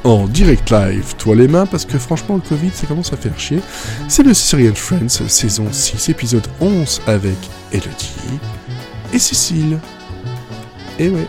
en direct live, toi les mains, parce que franchement le Covid ça commence à faire chier. C'est le Syrian Friends, saison 6, épisode 11, avec Elodie et Cécile. Et ouais.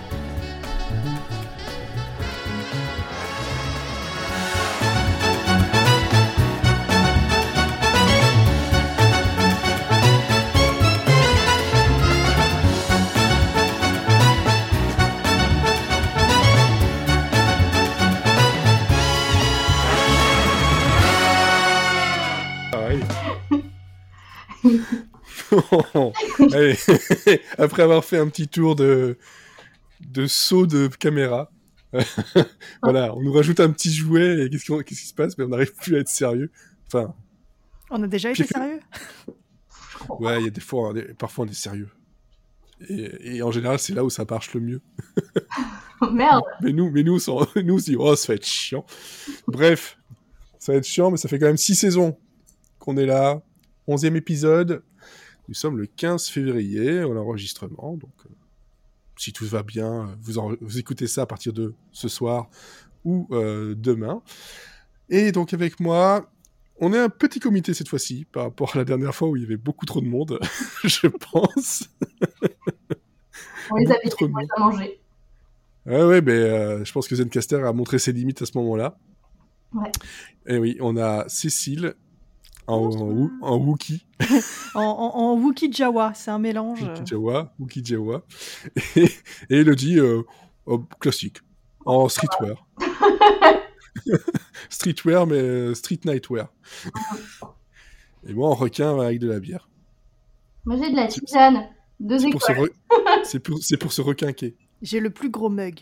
Allez, après avoir fait un petit tour de saut de caméra, voilà, on nous rajoute un petit jouet et qu'est-ce qui se passe? Mais on n'arrive plus à être sérieux. Enfin, on a déjà été sérieux. Ouais, il y a des fois, parfois on est sérieux. Et en général, c'est là où ça marche le mieux. Merde. Mais nous, on se dit, oh, ça va être chiant. Bref, ça va être chiant, mais ça fait quand même 6 saisons qu'on est là. 11e épisode. Nous sommes le 15 février, à l'enregistrement, donc si tout va bien, vous écoutez ça à partir de ce soir ou demain. Et donc avec moi, on est un petit comité cette fois-ci, par rapport à la dernière fois où il y avait beaucoup trop de monde, je pense. On les a payés pour les manger. Ouais, mais je pense que Zencaster a montré ses limites à ce moment-là. Ouais. Et oui, on a Cécile... En Wookie. en Wookie Jawa, c'est un mélange. Wookie Jawa. Et Elodie, classique. En streetwear. Streetwear, mais street nightwear. Et moi, en requin avec de la bière. Moi, j'ai de la tisane. Deux écoles. C'est pour se requinquer. J'ai le plus gros mug.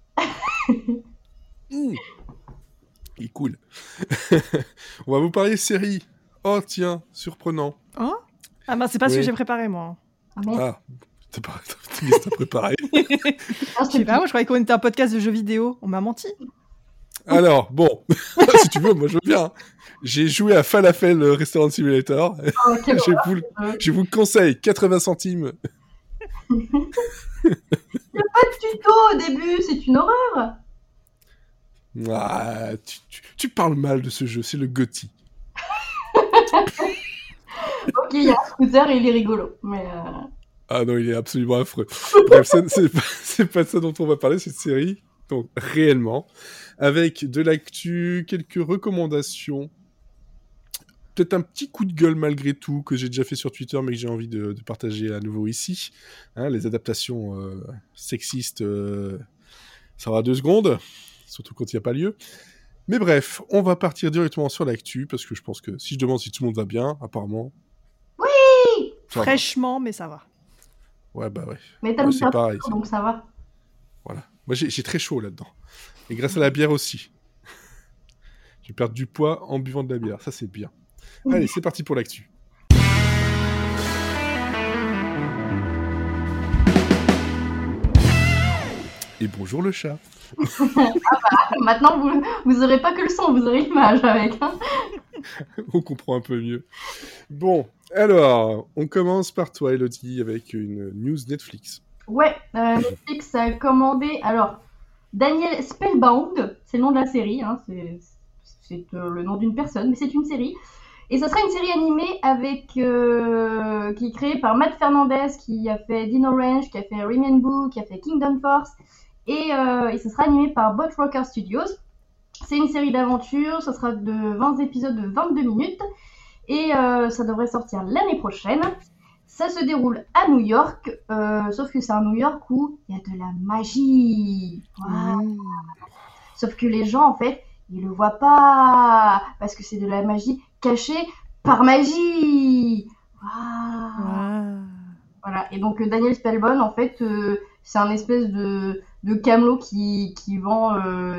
Il est cool. On va vous parler série. Oh tiens, surprenant. Oh ah bah c'est pas ce que j'ai préparé moi. Ah, t'as préparé. Je sais pas, moi je croyais qu'on était un podcast de jeux vidéo. On m'a menti. Alors, bon, si tu veux, moi je veux bien. J'ai joué à Falafel Restaurant Simulator. Je vous le conseille, 80 centimes. Il n'y a pas de tuto au début, c'est une horreur. Ah, tu parles mal de ce jeu, c'est le GOTY. Ok, il y a un scooter et il est rigolo, mais... Ah non, il est absolument affreux. Bref, c'est pas ça dont on va parler, cette série. Donc, réellement, avec de l'actu, quelques recommandations, peut-être un petit coup de gueule malgré tout, que j'ai déjà fait sur Twitter, mais que j'ai envie de partager à nouveau ici. Hein, les adaptations sexistes, ça aura 2 secondes, surtout quand il n'y a pas lieu. Mais bref, on va partir directement sur l'actu, parce que je pense que si je demande si tout le monde va bien, apparemment... Oui. Fraîchement, mais ça va. Ouais, bah ouais. Mais t'as c'est pareil. Donc ça va. Voilà. Moi, j'ai très chaud là-dedans. Et grâce à la bière aussi. Je vais perdre du poids en buvant de la bière. Ça, c'est bien. Allez, c'est parti pour l'actu. Et bonjour le chat. Maintenant, vous aurez pas que le son, vous aurez l'image avec. Hein. On comprend un peu mieux. Bon, alors, on commence par toi, Elodie, avec une news Netflix. Ouais, Netflix a commandé... Alors, Daniel Spellbound, c'est le nom de la série, hein, c'est le nom d'une personne, mais c'est une série. Et ça sera une série animée qui est créée par Matt Fernandez, qui a fait Dino Range, qui a fait Remian Boo, qui a fait Kingdom Force. Et ça sera animé par Bot Rocker Studios. C'est une série d'aventure, ça sera de 20 épisodes de 22 minutes. Et ça devrait sortir l'année prochaine. Ça se déroule à New York, sauf que c'est un New York où il y a de la magie. Wow. Sauf que les gens, en fait, ils le voient pas, parce que c'est de la magie cachée par magie. Wow. Voilà. Et donc Daniel Spellbound, en fait, c'est un espèce de camelot qui vend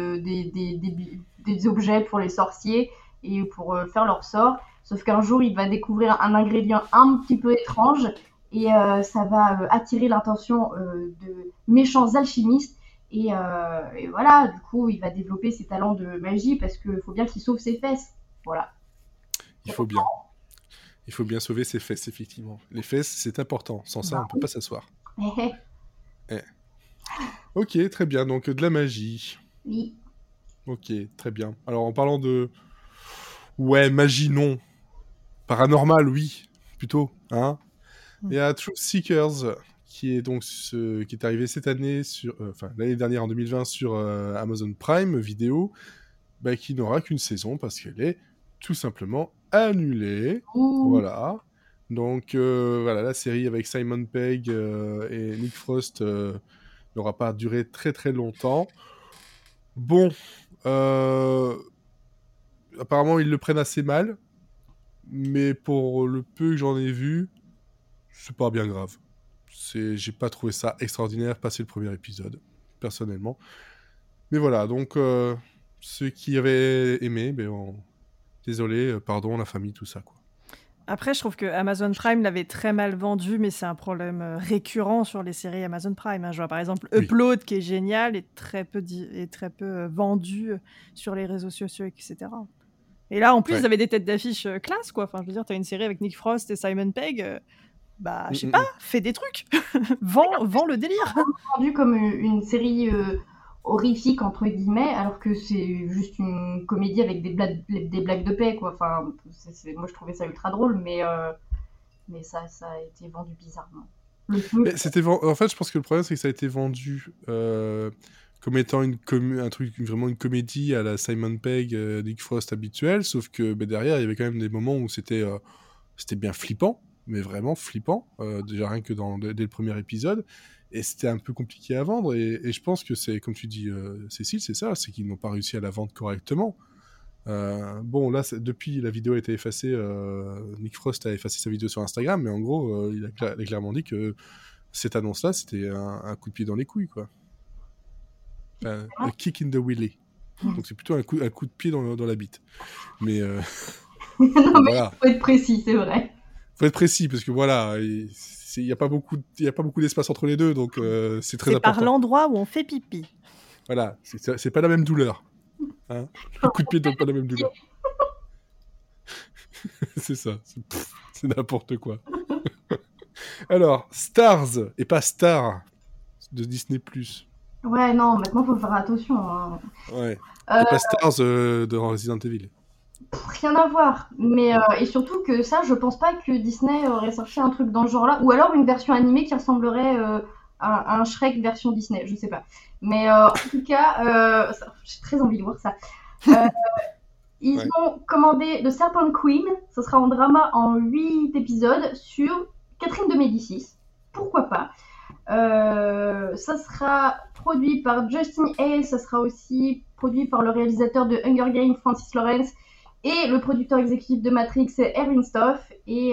des objets pour les sorciers et pour faire leur sort. Sauf qu'un jour, il va découvrir un ingrédient un petit peu étrange et ça va attirer l'attention de méchants alchimistes. Et voilà, du coup, il va développer ses talents de magie parce qu'il faut bien qu'il sauve ses fesses. Voilà. Il faut bien. Il faut bien sauver ses fesses, effectivement. Les fesses, c'est important. Sans ça, on ne peut pas s'asseoir. Ok, très bien. Donc, de la magie. Oui. Ok, très bien. Alors, en parlant de... Ouais, magie, non. Paranormal, oui, plutôt, hein. Il y a Truth Seekers, qui est donc qui est arrivé cette année enfin l'année dernière en 2020 sur Amazon Prime Vidéo, qui n'aura qu'une saison parce qu'elle est tout simplement annulée. Ouh. Voilà. Donc voilà, la série avec Simon Pegg et Nick Frost n'aura pas duré très très longtemps. Bon, apparemment ils le prennent assez mal, mais pour le peu que j'en ai vu, c'est pas bien grave. J'ai pas trouvé ça extraordinaire passer le premier épisode, personnellement. Mais voilà, donc ceux qui avaient aimé, désolé, pardon, la famille, tout ça, quoi. Après, je trouve que Amazon Prime l'avait très mal vendu, mais c'est un problème récurrent sur les séries Amazon Prime. Hein. Je vois par exemple Oui. Upload, qui est génial et très peu vendu sur les réseaux sociaux, etc. Et là, en plus, Ouais. ils avaient des têtes d'affiche classe, quoi. Enfin, je veux dire, t'as une série avec Nick Frost et Simon Pegg. Je sais pas, fais des trucs. vends le délire. Vendu comme une série horrifique entre guillemets, alors que c'est juste une comédie avec des blagues de paix, quoi. Enfin, moi je trouvais ça ultra drôle, mais ça a été vendu bizarrement. En fait, je pense que le problème c'est que ça a été vendu comme étant vraiment une comédie à la Simon Pegg, Nick Frost habituelle, sauf que derrière il y avait quand même des moments où c'était bien flippant, mais vraiment flippant, déjà rien que dès le premier épisode. Et c'était un peu compliqué à vendre, et je pense que c'est, comme tu dis, Cécile, c'est ça, c'est qu'ils n'ont pas réussi à la vendre correctement. Bon, là, depuis, la vidéo a été effacée, Nick Frost a effacé sa vidéo sur Instagram, mais en gros, il a clairement dit cette annonce-là, c'était un coup de pied dans les couilles, quoi. Enfin, a kick in the willy. Donc c'est plutôt un coup de pied dans la bite. Mais non, mais voilà. Faut être précis, c'est vrai. Faut être précis, parce que voilà, il n'y a pas beaucoup d'espace entre les deux, donc c'est très important. C'est par l'endroit où on fait pipi. Voilà, c'est pas la même douleur. Hein, le coup de pied donne pas la même douleur. C'est ça, c'est n'importe quoi. Alors, Stars, et pas Star, de Disney+. Ouais, non, maintenant faut faire attention. Hein. Ouais, et pas Stars de Resident Evil. Rien à voir, mais et surtout que ça, je pense pas que Disney aurait sorti un truc dans ce genre-là, ou alors une version animée qui ressemblerait à un Shrek version Disney, je sais pas. Mais en tout cas, j'ai très envie de voir ça. Ils ont commandé The Serpent Queen, ce sera en drama en 8 épisodes sur Catherine de Médicis, pourquoi pas. Ça sera produit par Justin Hale, ça sera aussi produit par le réalisateur de Hunger Games, Francis Lawrence, et le producteur exécutif de Matrix, c'est Erin Stoff. Et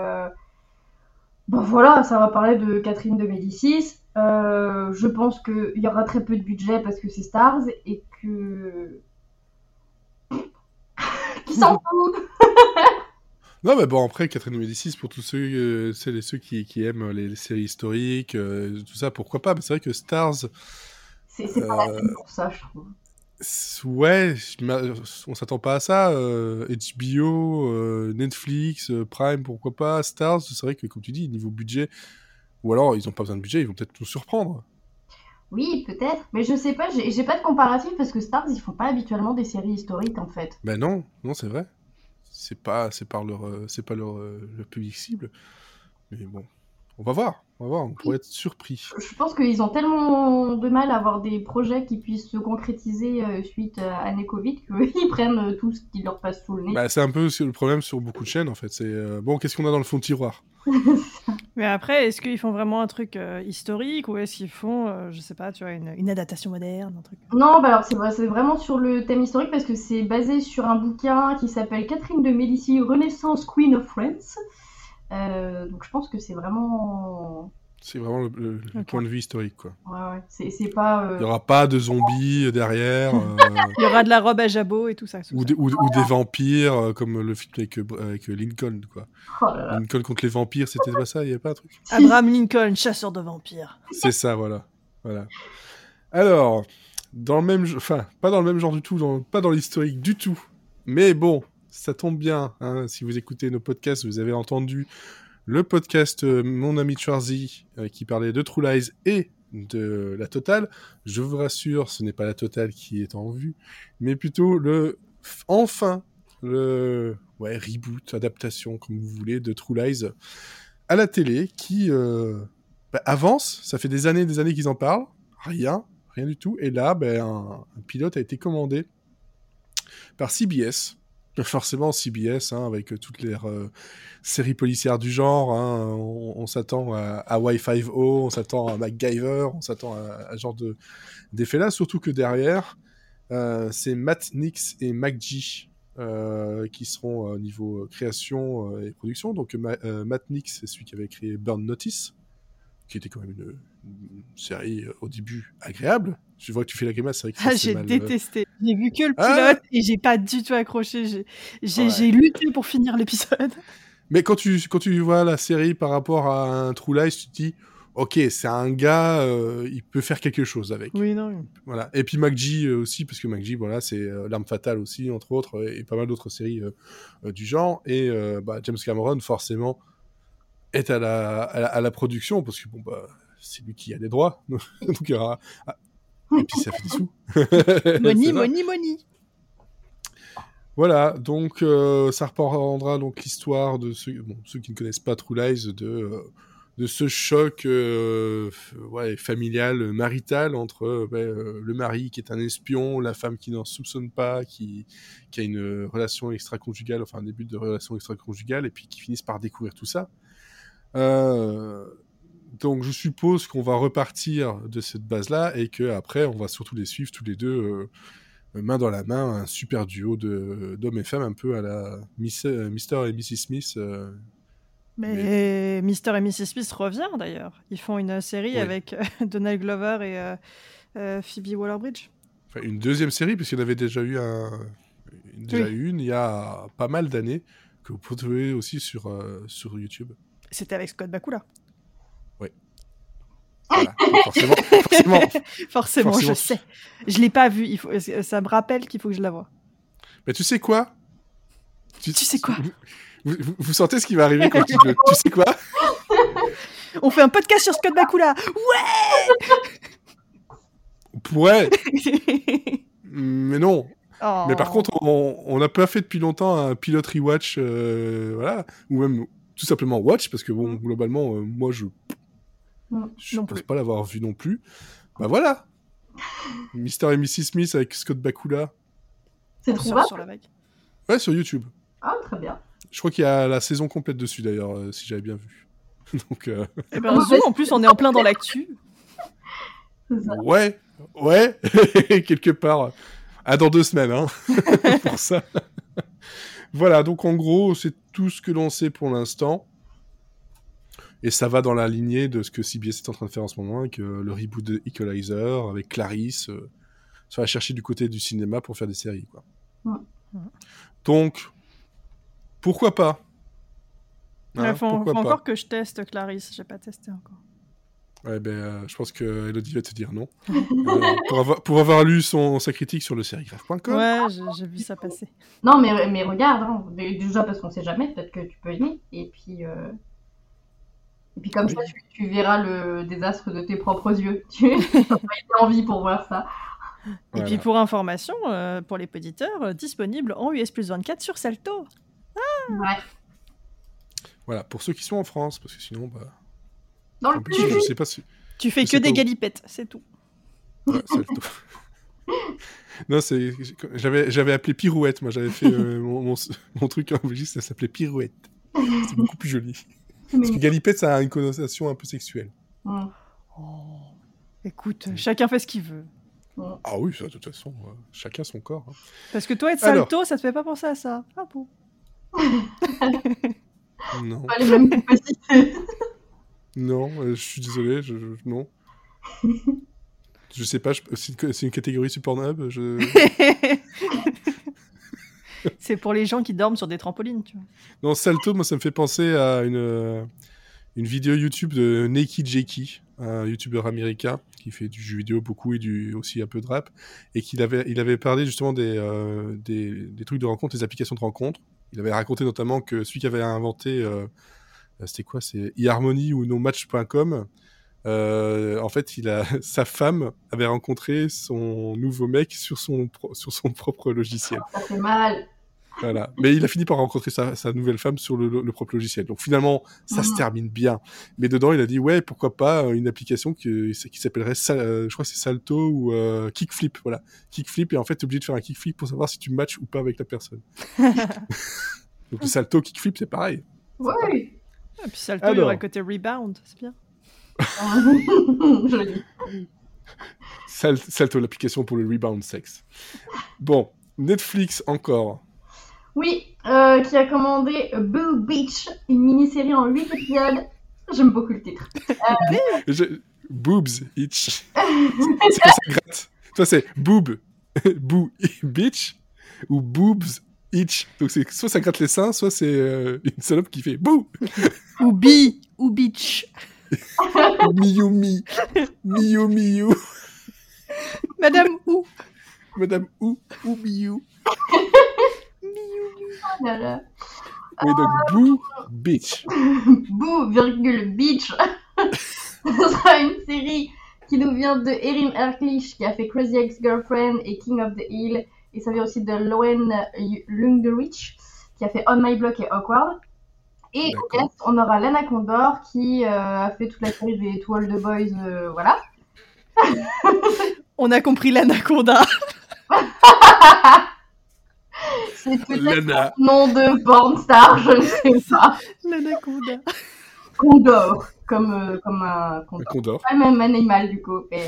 voilà, ça va parler de Catherine de Médicis. Je pense qu'il y aura très peu de budget parce que c'est Stars et que... Qui s'en fout. Non, mais bon, après, Catherine de Médicis, pour tous ceux qui aiment les séries historiques, tout ça, pourquoi pas. Mais c'est vrai que Stars... C'est pas la peine pour ça, je trouve. Ouais, on s'attend pas à ça. HBO, Netflix, Prime, pourquoi pas. Stars, c'est vrai que, comme tu dis, niveau budget, ou alors ils ont pas besoin de budget, ils vont peut-être nous surprendre. Oui, peut-être, mais je sais pas, j'ai pas de comparatif parce que Stars, ils font pas habituellement des séries historiques en fait. Ben non, c'est vrai. C'est pas leur public cible. Mais bon, on va voir, on pourrait être surpris. Je pense qu'ils ont tellement de mal à avoir des projets qui puissent se concrétiser suite à l'année Covid qu'ils prennent tout ce qui leur passe sous le nez. Bah, c'est un peu le problème sur beaucoup de chaînes en fait. C'est bon, qu'est-ce qu'on a dans le fond de tiroir? Mais après, est-ce qu'ils font vraiment un truc historique ou est-ce qu'ils font, je sais pas, tu vois, une adaptation moderne, un truc? Non, alors c'est vraiment sur le thème historique parce que c'est basé sur un bouquin qui s'appelle Catherine de Médicis, Renaissance Queen of France. Donc je pense que c'est vraiment... C'est vraiment le point de vue historique, quoi. Ouais. C'est pas... Il n'y aura pas de zombies derrière. Il y aura de la robe à jabot et tout ça. Ou des vampires, comme le film avec Lincoln, quoi. Oh là là. Lincoln contre les vampires, c'était pas ça? Il n'y avait pas un truc? Abraham Lincoln, chasseur de vampires. C'est ça, voilà. Alors, dans le même... Enfin, pas dans le même genre du tout, pas dans l'historique du tout. Mais bon, ça tombe bien. Hein, si vous écoutez nos podcasts, vous avez entendu le podcast Mon ami Schwarzy qui parlait de True Lies et de la totale. Je vous rassure, ce n'est pas la totale qui est en vue, mais plutôt le reboot, adaptation, comme vous voulez, de True Lies à la télé, qui avance. Ça fait des années qu'ils en parlent. Rien du tout. Et là, un pilote a été commandé par CBS. Forcément, CBS, avec toutes les séries policières du genre, on s'attend à Y5O, on s'attend à MacGyver, on s'attend à ce genre d'effet-là, surtout que derrière, c'est Matt Nix et McG qui seront au niveau création et production. Donc Matt Nix, c'est celui qui avait créé Burn Notice, qui était quand même une série au début agréable. Je vois que tu fais la grimace, c'est vrai que j'ai détesté. J'ai vu que le pilote et j'ai pas du tout accroché. J'ai lutté pour finir l'épisode. Mais quand tu vois la série par rapport à un True Lies, tu te dis, ok, c'est un gars, il peut faire quelque chose avec. Oui, non. Voilà. Et puis McG aussi, parce que McG, voilà, c'est L'Arme Fatale aussi, entre autres, et pas mal d'autres séries du genre. Et James Cameron, forcément, est à la production, parce que c'est lui qui a les droits. Donc il y aura... Et puis ça fait des sous. Money. Voilà, donc ça reprendra donc l'histoire de ceux qui ne connaissent pas True Lies, de ce choc familial, marital entre le mari qui est un espion, la femme qui n'en soupçonne pas, qui a une relation extra-conjugale, enfin un début de relation extra-conjugale, et puis qui finissent par découvrir tout ça. Donc je suppose qu'on va repartir de cette base-là et qu'après on va surtout les suivre tous les deux main dans la main, un super duo d'hommes et femmes un peu à la Mr. et Mrs. Smith. Mais Mr. et Mrs. Smith revient d'ailleurs. Ils font une série avec Donald Glover et Phoebe Waller-Bridge. Enfin, une deuxième série, puisqu'il y en avait déjà eu une il y a pas mal d'années, que vous pouvez trouver aussi sur YouTube. C'était avec Scott Bakula. Oui. Voilà. Forcément, je sais. Je l'ai pas vu. Ça me rappelle qu'il faut que je la voie. Mais tu sais quoi Tu sais quoi vous sentez ce qui va arriver quand tu sais quoi On fait un podcast sur Scott Bakula. Ouais. Mais non. Oh. Mais par contre, on n'a pas fait depuis longtemps un pilote rewatch, voilà, ou même tout simplement watch, parce que globalement, moi, je pense pas l'avoir vu non plus. Bah voilà. Mr. et Mrs. Smith avec Scott Bakula. C'est trouvable sur la vague. Ouais, sur YouTube. Ah, très bien. Je crois qu'il y a la saison complète dessus, d'ailleurs, si j'avais bien vu. Donc, en plus, on est en plein dans l'actu. Ouais, quelque part. Dans 2 semaines, pour ça. Voilà, donc en gros, c'est tout ce que l'on sait pour l'instant. Et ça va dans la lignée de ce que CBS est en train de faire en ce moment, avec le reboot de Equalizer, avec Clarisse. Ça va chercher du côté du cinéma pour faire des séries, quoi. Donc, pourquoi pas Il faut encore que je teste Clarisse, j'ai pas testé encore. Ouais, je pense que Elodie va te dire non. Pour avoir lu sa critique sur le serigraph.com. Ouais, j'ai vu ça passer. Non, mais regarde, déjà parce qu'on sait jamais, peut-être que tu peux aimer. Et puis comme ça, tu verras le désastre de tes propres yeux. Tu n'as pas été envie pour voir ça. Et puis pour information, pour les auditeurs, disponible en US plus 24 sur Salto. Ouais. Voilà, pour ceux qui sont en France, parce que sinon, dans le je sais pas si... Tu fais que des galipettes, c'est tout. Ouais, Salto. Non, j'avais appelé Pirouette, moi j'avais fait mon truc en Belgique, ça s'appelait Pirouette. C'est beaucoup plus joli. Parce que galipette, ça a une connotation un peu sexuelle. Écoute, chacun fait ce qu'il veut. Ah oui, ça, de toute façon, chacun son corps. Parce que toi, être salto, ça te fait pas penser à ça. Ah bon. Non. Pas les mêmes capacités. Non, je suis désolé, non. Je sais pas, c'est une catégorie sur Pornhub. C'est pour les gens qui dorment sur des trampolines, tu vois. Non, salto, moi, ça me fait penser à une vidéo YouTube de Naked Jakey, un youtubeur américain qui fait du jeu vidéo beaucoup et aussi un peu de rap, et il avait parlé justement des trucs de rencontre, des applications de rencontre. Il avait raconté notamment que celui qui avait inventé, c'était quoi, c'est eHarmony ou nomatch.com, En fait, sa femme avait rencontré son nouveau mec sur son propre logiciel. Ça fait mal. Voilà. Mais il a fini par rencontrer sa nouvelle femme sur le propre logiciel. Donc finalement, ça se termine bien. Mais dedans, il a dit, ouais, pourquoi pas une application qui s'appellerait, je crois que c'est Salto ou Kickflip. Voilà. Kickflip, et en fait, t'es obligé de faire un kickflip pour savoir si tu matches ou pas avec la personne. Donc le Salto, Kickflip, c'est pareil. Oui. Et puis Salto, il y aura le côté rebound, c'est bien. Joli. Salto, l'application pour le rebound sexe. Bon, Netflix encore. Oui, qui a commandé Boo Beach, une mini-série en 8 épisodes. J'aime beaucoup le titre. Boobs itch. C'est quand ça gratte. Toi, c'est boob, boo, bitch, ou boobs itch. Donc, c'est soit ça gratte les seins, soit c'est une salope qui fait boo. Ou bi, ou bitch. Miou, miou, miou. Madame ou. Madame ou miou. Oh là là. Oui, donc boo, bitch. Boo, virgule, beach. Ce sera une série qui nous vient de Erin Erklich, qui a fait Crazy Ex-Girlfriend et King of the Hill. Et ça vient aussi de Loen Lungerich, qui a fait On My Block et Awkward. Et au guest, on aura Lana Condor, qui a fait toute la série des To All the Boys, voilà. On a compris l'anaconda. C'est peut-être son nom de porn star, je ne sais pas. L'anaconda. Condor, comme un condor. Un condor. Pas le même animal, du coup. Mais...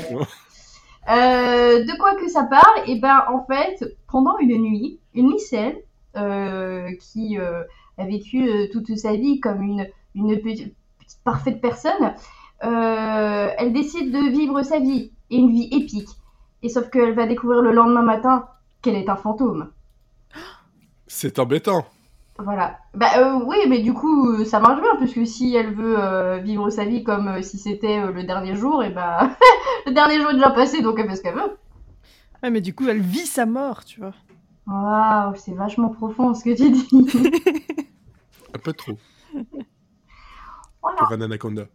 de quoi que ça parle? Et ben, en fait, pendant une nuit, une lycéenne qui a vécu toute sa vie comme une petite parfaite personne, elle décide de vivre sa vie, et une vie épique. Et sauf qu'elle va découvrir le lendemain matin qu'elle est un fantôme. C'est embêtant. Voilà. Bah oui, mais du coup, ça marche bien, puisque si elle veut vivre sa vie comme si c'était le dernier jour, et bah le dernier jour est déjà passé, donc elle fait ce qu'elle veut. Ouais, mais du coup, elle vit sa mort, tu vois. Waouh, c'est vachement profond ce que tu dis. Un peu trop. Voilà. Pour un anaconda.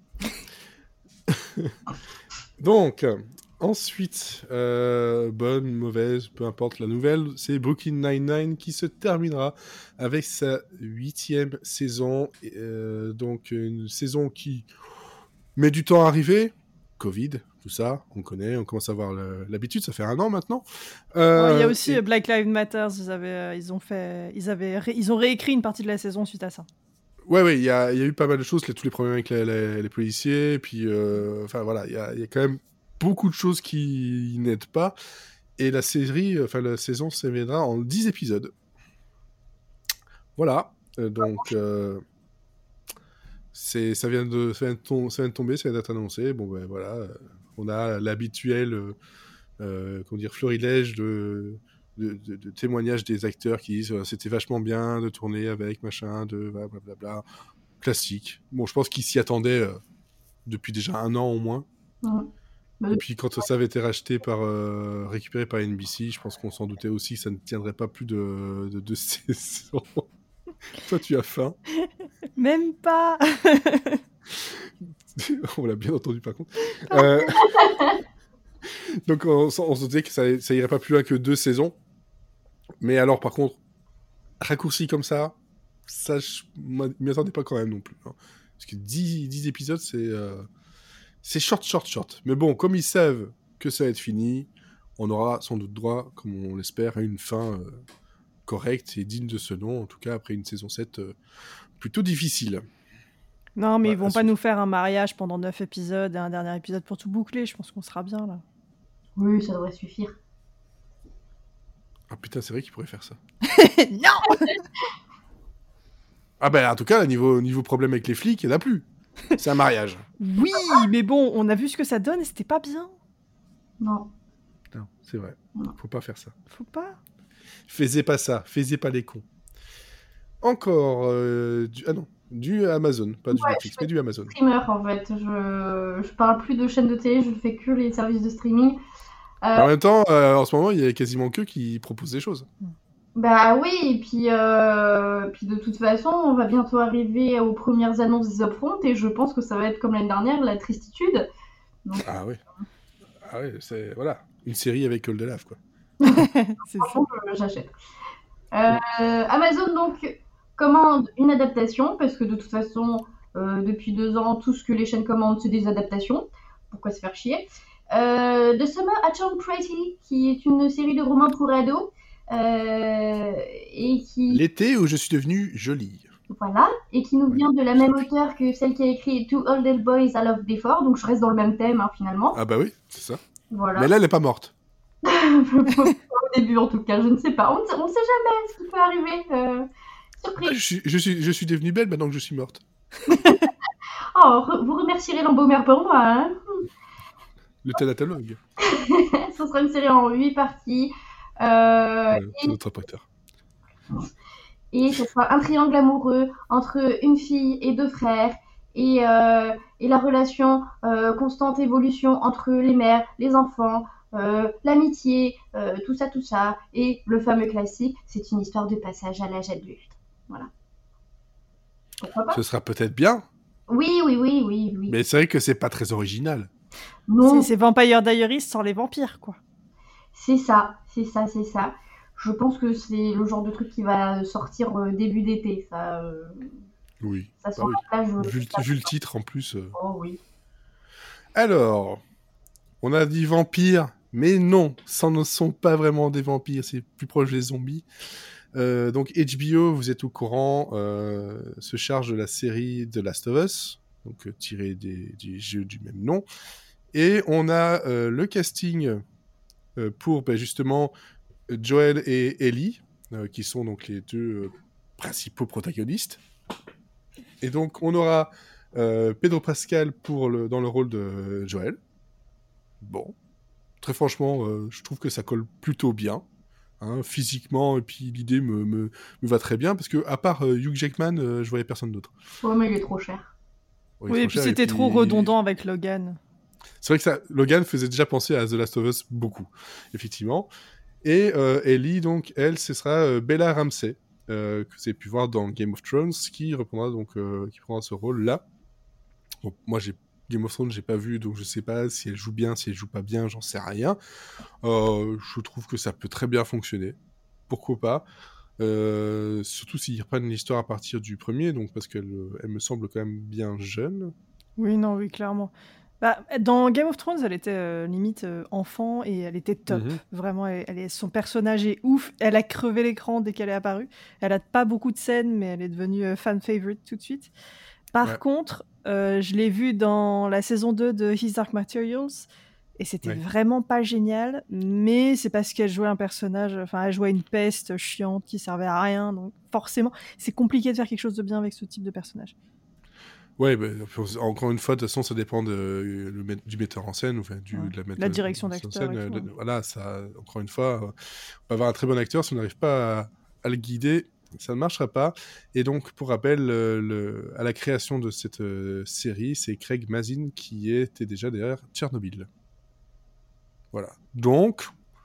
Donc, ensuite, bonne, mauvaise, peu importe la nouvelle, c'est Brooklyn Nine-Nine qui se terminera avec sa 8e saison. Donc, une saison qui met du temps à arriver. Covid, tout ça, on connaît, on commence à avoir l'habitude, ça fait 1 an maintenant. Il y a aussi Black Lives Matter, ils ont réécrit une partie de la saison suite à ça. Ouais, il y a eu pas mal de choses, tous les problèmes avec les policiers, et puis, enfin voilà, il y a quand même beaucoup de choses qui n'aident pas. Et la saison se terminera en 10 épisodes. Voilà, donc ça vient de tomber, ça vient d'être annoncé. Bon ben voilà, on a l'habituel florilège de témoignages des acteurs qui disent c'était vachement bien de tourner avec machin, de blablabla, classique. Bon, je pense qu'ils s'y attendaient depuis déjà 1 an au moins. Et puis quand ça avait été récupéré par NBC, je pense qu'on s'en doutait aussi que ça ne tiendrait pas plus de 2 saisons. Toi, tu as faim. Même pas. On l'a bien entendu par contre. Donc on se disait que ça irait pas plus loin que 2 saisons. Mais alors par contre, raccourci comme ça je m'y attendais pas quand même non plus. Hein. Parce que 10 épisodes, c'est short. Mais bon, comme ils savent que ça va être fini, on aura sans doute droit, comme on l'espère, à une fin correcte et digne de ce nom. En tout cas, après une saison 7 plutôt difficile. Non, mais ils vont pas nous faire un mariage pendant 9 épisodes et un dernier épisode pour tout boucler. Je pense qu'on sera bien, là. Oui, ça devrait suffire. Ah putain, c'est vrai qu'ils pourraient faire ça. Non. Ah ben, en tout cas, niveau problème avec les flics, il n'y en a plus. C'est un mariage. Oui, mais bon, on a vu ce que ça donne et c'était pas bien. Non. Non, c'est vrai. Faut pas faire ça. Faut pas. Faisez pas ça. Faisez pas les cons. Encore du Amazon, pas du Netflix, mais du Amazon. Streamer, en fait. Je parle plus de chaînes de télé, je fais que les services de streaming. En même temps, en ce moment, il y a quasiment que qui proposent des choses. Bah oui, et puis de toute façon, on va bientôt arriver aux premières annonces des upfronts, et je pense que ça va être comme l'année dernière, la tristitude. Donc, Ah oui. Ah oui, c'est voilà, une série avec Oldelaf quoi. C'est ça. franchement, j'achète. Amazon donc commande une adaptation parce que de toute façon, depuis 2 ans, tout ce que les chaînes commandent, c'est des adaptations. Pourquoi se faire chier? The Summer I Turned Pretty, qui est une série de romans pour ados et qui L'été où je suis devenue jolie. voilà et qui nous Voilà. vient de la même auteure que celle qui a écrit Two Old Dead Boys I Loved Before. Donc je reste dans le même thème hein, finalement. Ah bah oui, c'est ça. Voilà. Mais là, elle est pas morte. Au début en tout cas, je ne sais pas. On ne sait jamais ce qui peut arriver. Ah, Surprise. je suis devenue belle maintenant que je suis morte. Oh, vous remercierez l'embaumeur pour moi. Hein. Le thanatologue. Ce sera une série en 8 parties. C'est notre opérateur. Et ce sera un triangle amoureux entre une fille et 2 frères. Et la relation constante évolution entre les mères, les enfants, l'amitié, tout ça. Et le fameux classique, c'est une histoire de passage à l'âge adulte. Voilà. Pourquoi pas? Ce sera peut-être bien, Oui. mais c'est vrai que c'est pas très original. Non, C'est Vampire Diaries sans les vampires, quoi. c'est ça. Je pense que c'est le genre de truc qui va sortir début d'été. Oui. Ça sent Bah oui. la plage. Vu le titre en plus. Oh oui. Alors, on a dit vampires, mais non, ce ne sont pas vraiment des vampires, c'est plus proche des zombies. Donc HBO, vous êtes au courant, se charge de la série The Last of Us, donc tirée des jeux du même nom. Et on a le casting pour justement Joel et Ellie, qui sont donc les deux principaux protagonistes. Et donc on aura Pedro Pascal dans le rôle de Joel. Bon, très franchement, je trouve que ça colle plutôt bien. Hein, physiquement, et puis l'idée me va très bien, parce que à part Hugh Jackman, je voyais personne d'autre. Ouais, mais il est trop cher. Ouais, Oui, et trop puis cher, c'était trop redondant avec Logan. C'est vrai que Logan faisait déjà penser à The Last of Us beaucoup, effectivement. Et Ellie, donc, elle, ce sera Bella Ramsey, que vous avez pu voir dans Game of Thrones, qui prendra ce rôle-là. Donc, moi, Game of Thrones, j'ai pas vu, donc je sais pas si elle joue bien, si elle joue pas bien, j'en sais rien. Je trouve que ça peut très bien fonctionner. Pourquoi pas. Surtout s'ils reprennent l'histoire à partir du premier, donc parce qu'elle me semble quand même bien jeune. Oui, clairement. Bah, dans Game of Thrones, elle était limite enfant et elle était top. Vraiment, son personnage est ouf. Elle a crevé l'écran dès qu'elle est apparue. Elle a pas beaucoup de scènes, mais elle est devenue fan favorite tout de suite. Par contre, je l'ai vue dans la saison 2 de His Dark Materials et c'était vraiment pas génial, mais c'est parce qu'elle jouait un personnage, enfin elle jouait une peste chiante qui servait à rien, donc forcément c'est compliqué de faire quelque chose de bien avec ce type de personnage. Ouais, bah, encore une fois, de toute façon, ça dépend du metteur en scène, enfin, de la direction d'acteur. Voilà, ça, encore une fois, on peut avoir un très bon acteur, si on n'arrive pas à le guider, ça ne marchera pas. Et donc, pour rappel, à la création de cette série, c'est Craig Mazin qui était déjà derrière Tchernobyl. Voilà. Donc,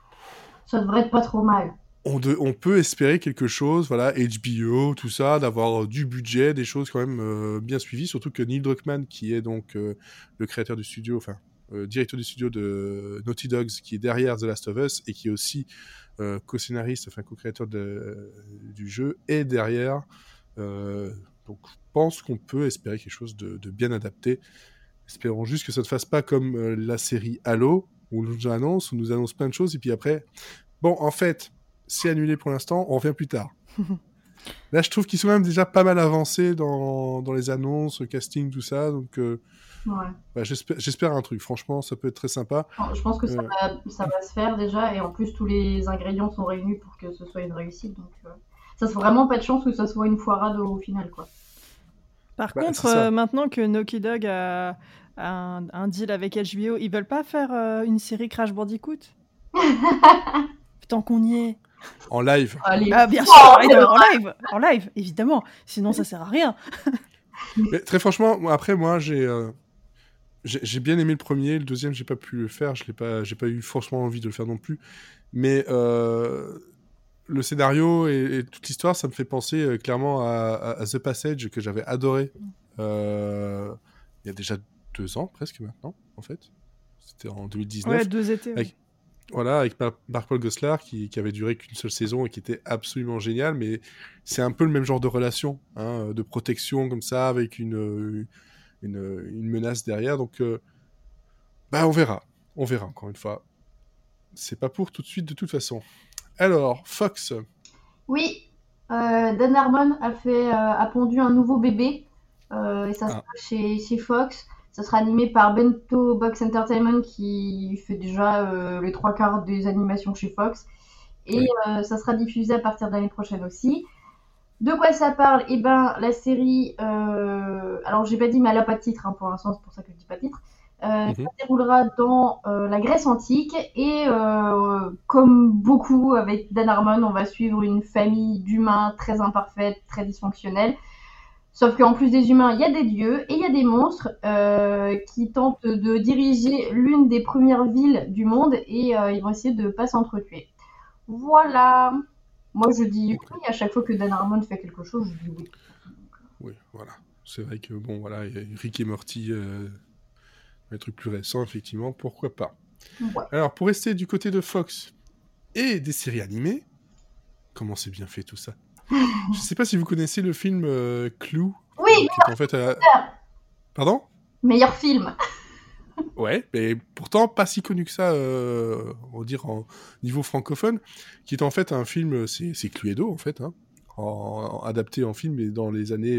ça devrait être pas trop mal. On peut espérer quelque chose, voilà, HBO, tout ça, d'avoir du budget, des choses quand même bien suivies, surtout que Neil Druckmann, qui est donc le créateur du studio, enfin, directeur du studio de Naughty Dogs, qui est derrière The Last of Us, et qui est aussi co-scénariste, enfin, co-créateur du jeu, est derrière. Donc, je pense qu'on peut espérer quelque chose de bien adapté. Espérons juste que ça ne fasse pas comme la série Halo, où on nous annonce plein de choses, et puis après, bon, en fait, c'est annulé pour l'instant, on revient plus tard. Là, je trouve qu'ils sont même déjà pas mal avancés dans les annonces, le casting, tout ça, donc bah, j'espère un truc. Franchement, ça peut être très sympa. Je pense que ça va se faire déjà, et en plus, tous les ingrédients sont réunis pour que ce soit une réussite, donc ça se vraiment pas de chance que ça soit une foirade au final, quoi. Par contre, maintenant que Naughty Dog a un deal avec HBO, ils veulent pas faire une série Crash Bandicoot? Tant qu'on y est. En live. Allez. Ah, bien sûr, en live, évidemment. Sinon, ça sert à rien. Mais, très franchement, après, moi, j'ai bien aimé le premier. Le deuxième, j'ai pas pu le faire. J'ai pas eu forcément envie de le faire non plus. Mais le scénario et toute l'histoire, ça me fait penser clairement à The Passage, que j'avais adoré il y a déjà 2 ans, presque maintenant, en fait. C'était en 2019. Ouais, 2 étés. Avec, voilà, avec Mark-Paul Gosselaar qui avait duré qu'une seule saison et qui était absolument génial. Mais c'est un peu le même genre de relation, hein, de protection comme ça, avec une menace derrière. Donc, on verra. On verra, encore une fois. C'est pas pour tout de suite, de toute façon. Alors, Fox. Oui, Dan Harmon a pondu un nouveau bébé. Et ça sera chez Fox. Ça sera animé par Bento Box Entertainment qui fait déjà les 3/4 des animations chez Fox. Et ça sera diffusé à partir de l'année prochaine aussi. De quoi ça parle? Eh ben, la série, alors j'ai pas dit, mais elle a pas de titre, hein, pour l'instant, c'est pour ça que je dis pas de titre. Ça se déroulera dans la Grèce antique et comme beaucoup avec Dan Harmon, on va suivre une famille d'humains très imparfaite, très dysfonctionnelle. Sauf qu'en plus des humains, il y a des dieux et il y a des monstres qui tentent de diriger l'une des premières villes du monde et ils vont essayer de pas s'entretuer. Voilà. Moi, je dis oui à chaque fois que Dan Harmon fait quelque chose, je dis oui. Oui, voilà. C'est vrai que, bon, voilà, il y a Rick et Morty, un truc plus récent, effectivement, pourquoi pas. Ouais. Alors, pour rester du côté de Fox et des séries animées, comment c'est bien fait tout ça? Je sais pas si vous connaissez le film Clue. Oui, qui est en fait Pardon? Meilleur film. Ouais, mais pourtant pas si connu que ça, on va dire en niveau francophone, qui est en fait un film, c'est Cluedo en fait, hein, adapté en film mais dans les années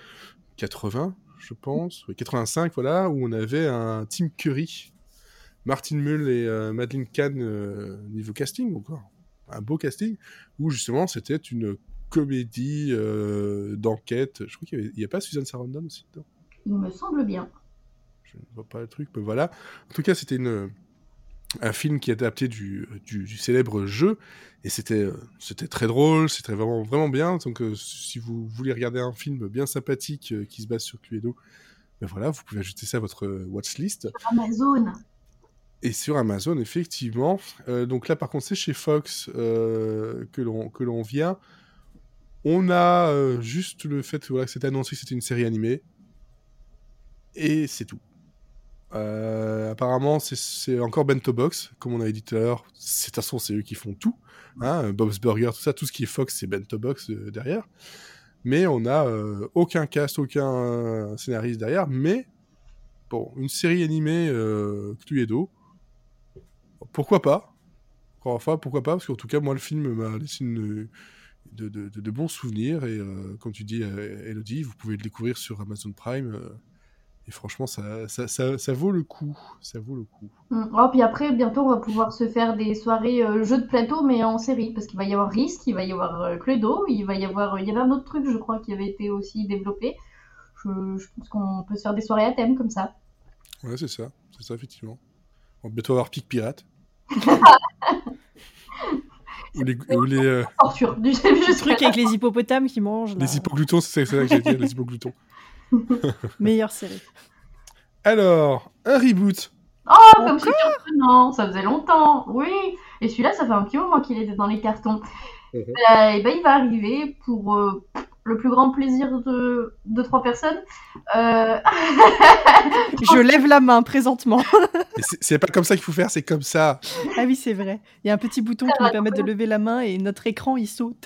80, je pense, 85, voilà, où on avait un Tim Curry, Martin Mull et Madeleine Kahn niveau casting, donc un beau casting, où justement c'était une comédie d'enquête. Je crois qu'il n'y a pas Susan Sarandon aussi dedans. Il me semble bien. Je ne vois pas le truc, mais voilà. En tout cas, c'était un film qui est adapté du célèbre jeu, et c'était très drôle, c'était vraiment, vraiment bien. Donc, si vous voulez regarder un film bien sympathique qui se base sur Cluedo, ben voilà, vous pouvez ajouter ça à votre watchlist. Sur Amazon. Et sur Amazon, effectivement. Donc là, par contre, c'est chez Fox que l'on vient. On a juste le fait que c'était annoncé que c'était une série animée. Et c'est tout. Apparemment, c'est encore Bento Box, comme on avait dit tout à l'heure. De toute façon, c'est eux qui font tout. Hein, Bob's Burger, tout ça, tout ce qui est Fox, c'est Bento Box derrière. Mais on n'a aucun cast, aucun scénariste derrière. Mais bon, une série animée Cluedo, pourquoi pas? Enfin, pourquoi pas? Parce qu'en tout cas, moi, le film m'a laissé de bons souvenirs. Et comme tu dis, Elodie, vous pouvez le découvrir sur Amazon Prime. Et franchement, ça vaut le coup. Ça vaut le coup. Oh, puis après, bientôt, on va pouvoir se faire des soirées jeux de plateau, mais en série. Parce qu'il va y avoir Risk, il va y avoir Cluedo, il y avait un autre truc, je crois, qui avait été aussi développé. Je pense qu'on peut se faire des soirées à thème comme ça. Ouais, c'est ça, effectivement. On va bientôt avoir Pic Pirate. ou les torture du truc avec les hippopotames qui mangent. Les hippogloutons, c'est ça que j'ai dit, les hippogloutons. Meilleure série. Alors, un reboot. Oh, comme c'est surprenant, ça faisait longtemps, oui. Et celui-là, ça fait un petit moment qu'il était dans les cartons. Et ben, il va arriver pour le plus grand plaisir de 3 personnes. Je lève la main présentement. Mais c'est pas comme ça qu'il faut faire, c'est comme ça. Ah oui, c'est vrai. Il y a un petit bouton qui nous permet de lever la main et notre écran, il saute.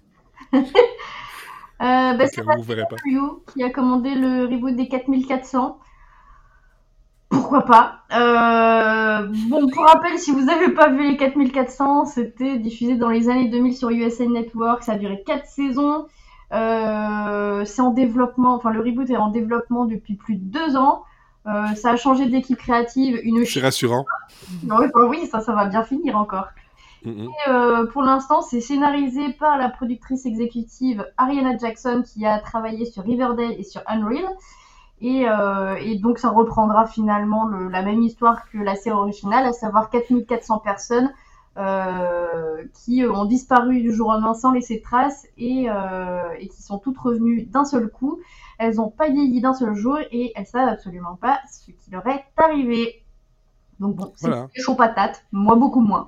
C'est Mario qui a commandé le reboot des 4400. Pourquoi pas? Bon, pour rappel, si vous n'avez pas vu les 4400, c'était diffusé dans les années 2000 sur USA Network. Ça a duré 4 saisons. C'est en développement, enfin le reboot est en développement depuis plus de 2 ans. Ça a changé d'équipe créative. C'est rassurant. Oui, ça va bien finir encore. Et, pour l'instant, c'est scénarisé par la productrice exécutive Ariana Jackson qui a travaillé sur Riverdale et sur Unreal. Et donc ça reprendra finalement la même histoire que la série originale, à savoir 4400 personnes qui ont disparu du jour au lendemain sans laisser de traces et qui sont toutes revenues d'un seul coup. Elles n'ont pas vieilli d'un seul jour et elles savent absolument pas ce qui leur est arrivé. Donc bon, c'est chaud patate, moi beaucoup moins.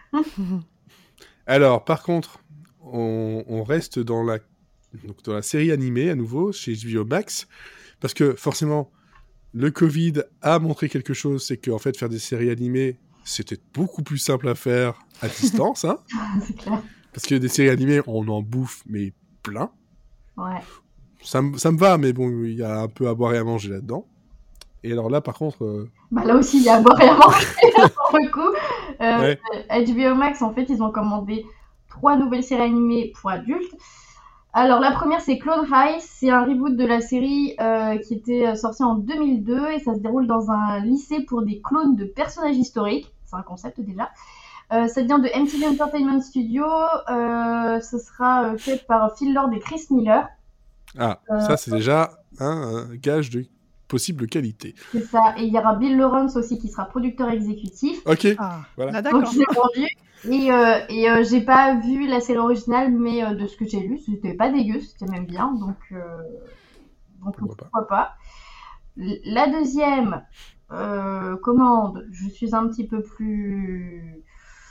Alors, par contre, on reste dans la série animée à nouveau chez HBO Max, parce que forcément, le Covid a montré quelque chose, c'est qu'en fait, faire des séries animées, c'était beaucoup plus simple à faire à distance, hein. C'est clair. Parce que des séries animées, on en bouffe, mais plein. Ouais. Ça me va, mais bon, il y a un peu à boire et à manger là-dedans. Et alors là, par contre... Bah là aussi, il y a à boire et à manger, pour le coup. Ouais. HBO Max, en fait, ils ont commandé 3 nouvelles séries animées pour adultes. Alors, la première, c'est Clone High. C'est un reboot de la série qui était sortie en 2002 et ça se déroule dans un lycée pour des clones de personnages historiques. C'est un concept déjà. Ça vient de MTV Entertainment Studio. Ce sera fait par Phil Lord et Chris Miller. Ah, ça, c'est déjà un gage de possible qualité. C'est ça. Et il y aura Bill Lawrence aussi qui sera producteur exécutif. Ok, Voilà. Donc, D'accord. je l'ai vendu. Et j'ai pas vu la série originale, mais de ce que j'ai lu, c'était pas dégueu, c'était même bien. Donc pourquoi pas. La deuxième commande, je suis un petit peu plus...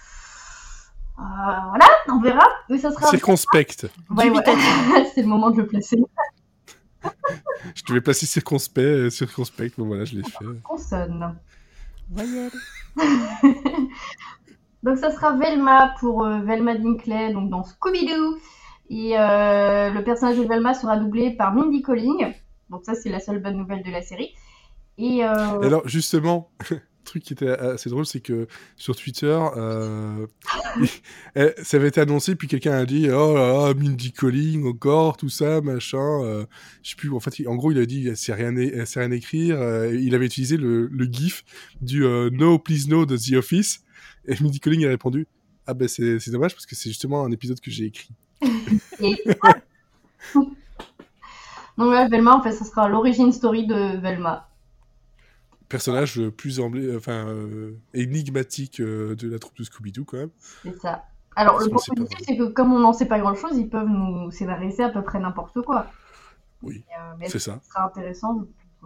voilà, on verra. Mais ça sera... Circonspecte. Ouais. C'est le moment de le placer. Je devais placer circonspect, bon voilà, je l'ai fait. Consonne. Voyelle. Donc ça sera Velma pour Velma Dinkley, donc dans Scooby-Doo. Et le personnage de Velma sera doublé par Mindy Kaling. Donc ça, c'est la seule bonne nouvelle de la série. Et alors, justement, le truc qui était assez drôle, c'est que sur Twitter, ça avait été annoncé, puis quelqu'un a dit « Oh là là, Mindy Kaling, encore, tout ça, machin. » Je sais plus, en fait, en gros, il a dit « Elle sait rien écrire. » Il avait utilisé le gif du « No, please no » de The Office. Et Mindy Kaling a répondu « Ah ben, c'est dommage, parce que c'est justement un épisode que j'ai écrit. » Donc là, Velma, en fait, ça sera l'origin story de Velma. Personnage plus énigmatique de la troupe de Scooby-Doo, quand même. C'est ça. Alors, Parce le qu'on point sait pas positif, c'est que comme on n'en sait pas grand-chose, ils peuvent nous scénariser à peu près n'importe quoi. Oui, mais c'est ça. Ce sera intéressant.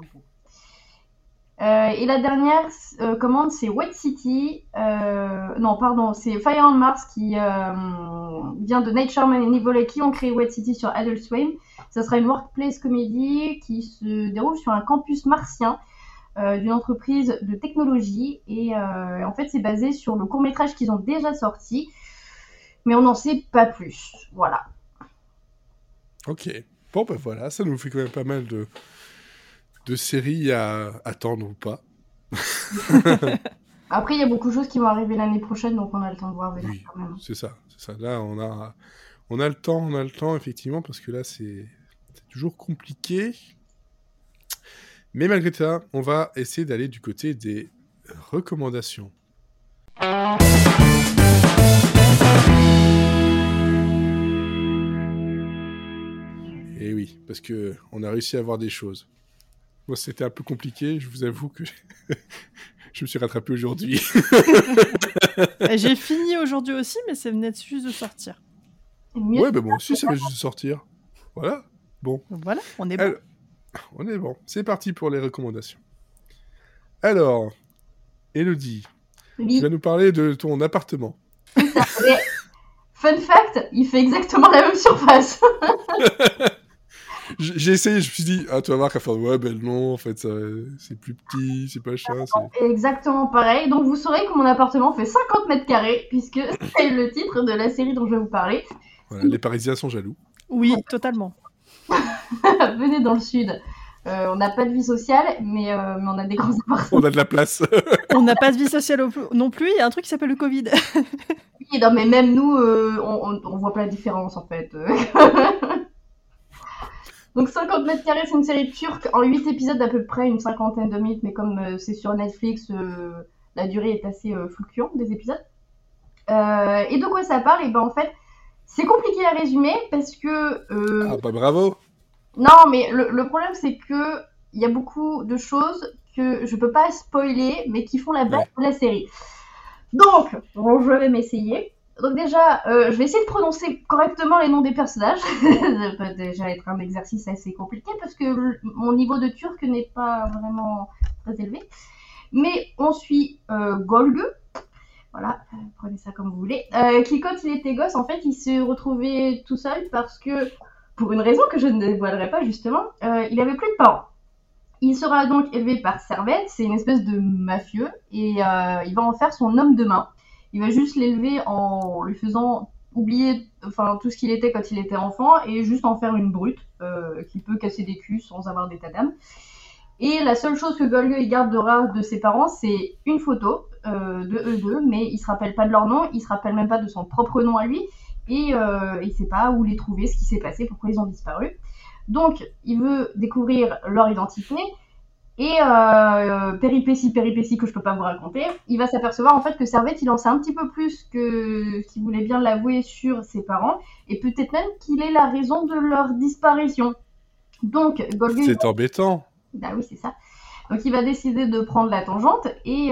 Et la dernière commande, c'est Wet City. C'est Fire on Mars qui vient de Nate Sherman et Nivola qui ont créé Wet City sur Adult Swim. Ça sera une workplace comédie qui se déroule sur un campus martien d'une entreprise de technologie. Et en fait, c'est basé sur le court-métrage qu'ils ont déjà sorti. Mais on n'en sait pas plus. Voilà. Ok. Bon, ben voilà, ça nous fait quand même pas mal de séries à attendre ou pas. Après, il y a beaucoup de choses qui vont arriver l'année prochaine, donc on a le temps de voir venir quand même. C'est ça. Là, on a le temps, effectivement, parce que là, c'est toujours compliqué. Mais malgré ça, on va essayer d'aller du côté des recommandations. Et oui, parce que on a réussi à voir des choses. Moi, c'était un peu compliqué, je vous avoue que je me suis rattrapé aujourd'hui. J'ai fini aujourd'hui aussi, mais ça venait juste de sortir. Ouais, bah moi aussi, ça venait juste de sortir. Voilà, bon. Voilà, on est bon. On est bon. C'est parti pour les recommandations. Alors, Elodie, tu vas nous parler de ton appartement. C'est ça. Mais, fun fact, il fait exactement la même surface. J'ai essayé, je me suis dit, tu vas voir qu'à faire, ouais, ben non, en fait, c'est plus petit, c'est pas cher. Exactement pareil. Donc, vous saurez que mon appartement fait 50 mètres carrés, puisque c'est le titre de la série dont je vais vous parler. Voilà, les Parisiens sont jaloux. Oui, totalement. Venez dans le sud. On n'a pas de vie sociale, mais on a des grands appartements. On a de la place. On n'a pas de vie sociale non plus. Il y a un truc qui s'appelle le Covid. Oui, non, mais même nous, on voit pas la différence, en fait. Donc 50 mètres carrés, c'est une série turque en 8 épisodes d'à peu près une cinquantaine de minutes, mais comme c'est sur Netflix, la durée est assez fluctuante des épisodes. Et de quoi ça parle? Et ben en fait, c'est compliqué à résumer parce que... Ah bah bravo. Non, mais le problème c'est que il y a beaucoup de choses que je peux pas spoiler, mais qui font la base de la série. Donc, bon, je vais m'essayer. Donc déjà, je vais essayer de prononcer correctement les noms des personnages. Ça peut déjà être un exercice assez compliqué parce que mon niveau de turc n'est pas vraiment très élevé. Mais on suit Golgu, voilà, prenez ça comme vous voulez, qui quand il était gosse, en fait, il s'est retrouvé tout seul parce que, pour une raison que je ne dévoilerai pas justement, il avait plus de parents. Il sera donc élevé par Servette, c'est une espèce de mafieux, et il va en faire son homme de main. Il va juste l'élever en lui faisant oublier tout ce qu'il était quand il était enfant, et juste en faire une brute qui peut casser des culs sans avoir d'état d'âme. Et la seule chose que Golgue gardera de ses parents, c'est une photo de eux deux, mais il se rappelle pas de leur nom, il se rappelle même pas de son propre nom à lui, et il sait pas où les trouver, ce qui s'est passé, pourquoi ils ont disparu. Donc, il veut découvrir leur identité, et péripétie que je peux pas vous raconter, il va s'apercevoir en fait que Servette, il en sait un petit peu plus que qu'il voulait bien l'avouer sur ses parents, et peut-être même qu'il est la raison de leur disparition. Donc, Golgue... C'est embêtant. Bah oui, c'est ça. Donc il va décider de prendre la tangente et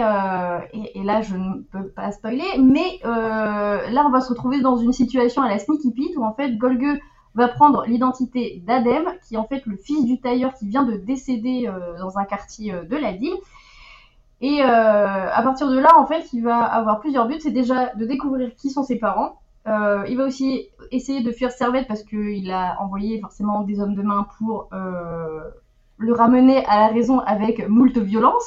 là je ne peux pas spoiler, mais là on va se retrouver dans une situation à la Sneaky Pete où en fait Golgue va prendre l'identité d'Adem, qui est en fait le fils du tailleur qui vient de décéder dans un quartier de la ville. Et à partir de là en fait il va avoir plusieurs buts, c'est déjà de découvrir qui sont ses parents. Il va aussi essayer de fuir Servette parce qu'il a envoyé forcément des hommes de main pour le ramener à la raison avec moult violence.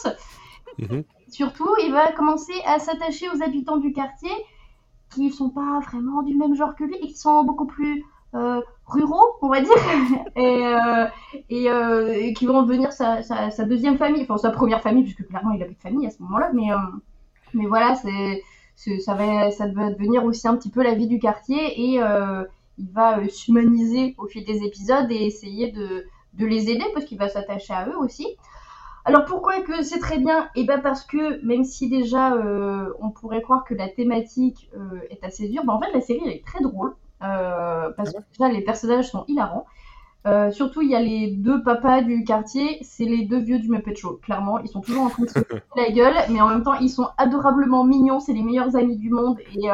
Surtout, il va commencer à s'attacher aux habitants du quartier qui sont pas vraiment du même genre que lui et qui sont beaucoup plus ruraux, on va dire, et qui vont devenir sa deuxième famille, enfin sa première famille, puisque clairement il a plus de famille à ce moment-là, mais voilà, ça va devenir aussi un petit peu la vie du quartier, et il va s'humaniser au fil des épisodes et essayer de les aider parce qu'il va s'attacher à eux aussi. Alors pourquoi que c'est très bien ? Et ben parce que même si déjà on pourrait croire que la thématique est assez dure, en fait la série elle est très drôle parce que déjà les personnages sont hilarants. Surtout il y a les deux papas du quartier, c'est les deux vieux du Muppet Show. Clairement, ils sont toujours en train de se faire la gueule, mais en même temps ils sont adorablement mignons, c'est les meilleurs amis du monde et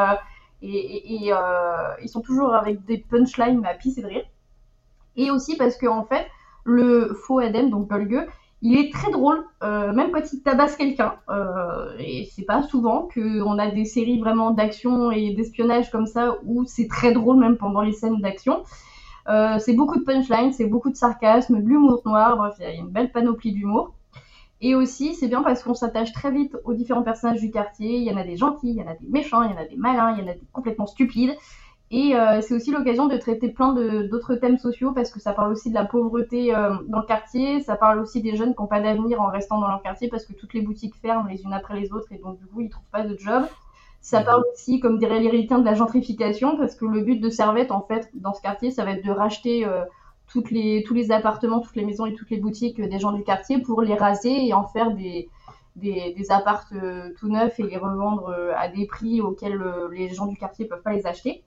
ils sont toujours avec des punchlines à pisser de rire. Et aussi parce que en fait le faux Adem, donc Golgue, il est très drôle, même quand il tabasse quelqu'un. Et c'est pas souvent qu'on a des séries vraiment d'action et d'espionnage comme ça où c'est très drôle même pendant les scènes d'action. C'est beaucoup de punchlines, c'est beaucoup de sarcasme, de l'humour noir, bref, il y a une belle panoplie d'humour. Et aussi, c'est bien parce qu'on s'attache très vite aux différents personnages du quartier. Il y en a des gentils, il y en a des méchants, il y en a des malins, il y en a des complètement stupides. Et c'est aussi l'occasion de traiter plein d'autres thèmes sociaux parce que ça parle aussi de la pauvreté dans le quartier, ça parle aussi des jeunes qui n'ont pas d'avenir en restant dans leur quartier parce que toutes les boutiques ferment les unes après les autres et donc du coup ils trouvent pas de job. Ça parle aussi, comme dirait l'héritain, de la gentrification parce que le but de Servette en fait dans ce quartier ça va être de racheter tous les appartements, toutes les maisons et toutes les boutiques des gens du quartier pour les raser et en faire des apparts tout neufs et les revendre à des prix auxquels les gens du quartier peuvent pas les acheter.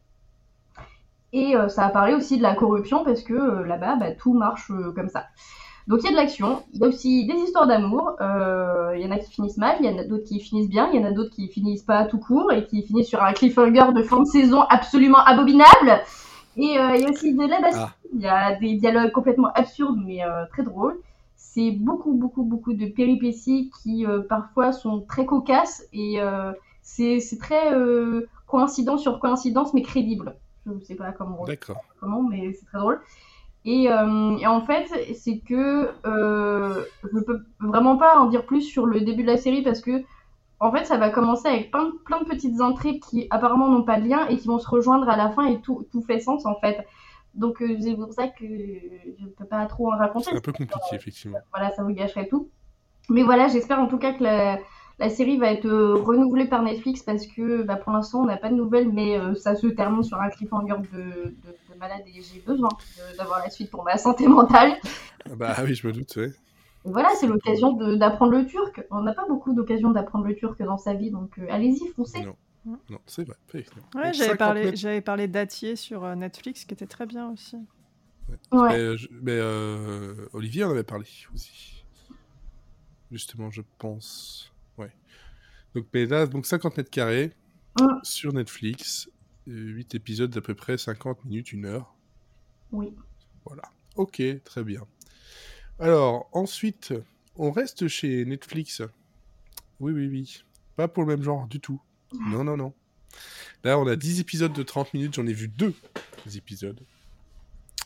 Et ça a parlé aussi de la corruption parce que là-bas, tout marche comme ça. Donc il y a de l'action, il y a aussi des histoires d'amour, il y en a qui finissent mal, il y en a d'autres qui finissent bien, il y en a d'autres qui finissent pas tout court et qui finissent sur un cliffhanger de fin de saison absolument abominable. Et il y a aussi de la baston, il y a des dialogues complètement absurdes mais très drôles. C'est beaucoup de péripéties qui parfois sont très cocasses et c'est très coïncidence sur coïncidence mais crédible. Je ne sais pas comment, mais c'est très drôle. Et en fait, c'est que je peux vraiment pas en dire plus sur le début de la série parce que en fait, ça va commencer avec plein de petites intrigues qui apparemment n'ont pas de lien et qui vont se rejoindre à la fin et tout fait sens en fait. Donc c'est pour ça que je ne peux pas trop en raconter. C'est un peu compliqué effectivement. Voilà, ça vous gâcherait tout. Mais voilà, j'espère en tout cas que la série va être renouvelée par Netflix parce que pour l'instant on n'a pas de nouvelles, mais ça se termine sur un cliffhanger de malade et j'ai besoin d'avoir la suite pour ma santé mentale. Bah oui, je me doute, ouais. Et voilà, c'est l'occasion d'apprendre le turc. On n'a pas beaucoup d'occasions d'apprendre le turc dans sa vie, donc allez-y, foncez. Non, c'est vrai. Ouais, j'avais parlé d'Atier sur Netflix, qui était très bien aussi. Ouais. Mais Olivier en avait parlé aussi. Justement, je pense. Ouais. Donc, mais là, 50 mètres carrés sur Netflix, 8 épisodes d'à peu près 50 minutes, 1 heure. Oui. Voilà. Ok, très bien. Alors, ensuite, on reste chez Netflix. Oui. Pas pour le même genre du tout. Non. Là, on a 10 épisodes de 30 minutes. J'en ai vu 2 épisodes.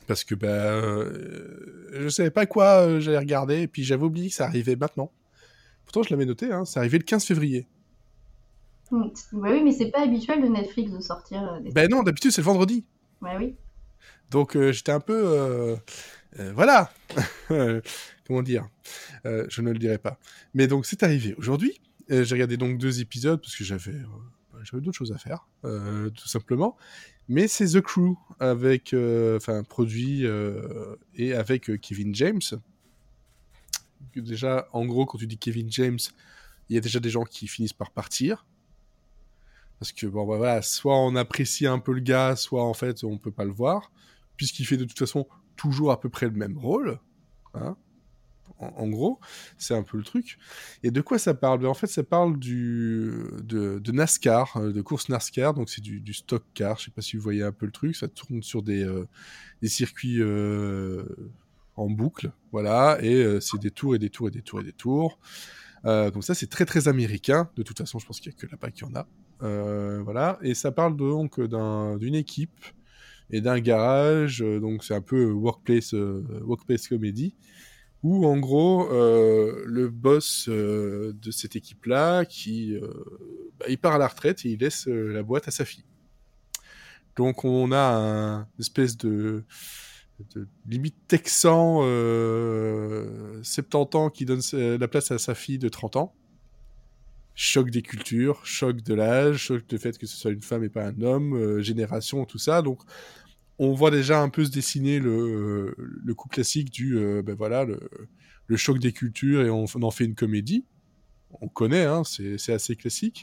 parce que je savais pas quoi j'allais regarder, et puis j'avais oublié que ça arrivait maintenant. Pourtant, je l'avais noté, hein, ça arrivait le 15 février. Bah oui, mais c'est pas habituel de Netflix de sortir des... Ben non, d'habitude, c'est le vendredi. Bah oui. Donc, j'étais un peu... voilà. Comment dire, je ne le dirai pas. Mais donc, c'est arrivé aujourd'hui. J'ai regardé donc 2 épisodes, parce que j'avais d'autres choses à faire, tout simplement. Mais c'est The Crew, avec, produit et avec Kevin James. Déjà, en gros, quand tu dis Kevin James, il y a déjà des gens qui finissent par partir. Parce que, bon, voilà, soit on apprécie un peu le gars, soit en fait, on peut pas le voir. Puisqu'il fait de toute façon toujours à peu près le même rôle. Hein, en gros, c'est un peu le truc. Et de quoi ça parle ? En fait, ça parle de NASCAR, de course NASCAR. Donc, c'est du stock car. Je sais pas si vous voyez un peu le truc. Ça tourne sur des circuits en boucle. Voilà. Et c'est des tours et des tours et des tours et des tours. Comme ça, c'est très très américain. De toute façon, je pense qu'il n'y a que là-bas qu'il y en a. Voilà. Et ça parle donc d'une équipe et d'un garage. Donc, c'est un peu workplace comedy. Où en gros, le boss de cette équipe-là, il part à la retraite et il laisse la boîte à sa fille. Donc on a une espèce de limite texan 70 ans qui donne la place à sa fille de 30 ans. Choc des cultures, choc de l'âge, choc du fait que ce soit une femme et pas un homme, génération, tout ça. Donc on voit déjà un peu se dessiner le coup classique du voilà, le choc des cultures, et on en fait une comédie. On connaît, hein, c'est assez classique.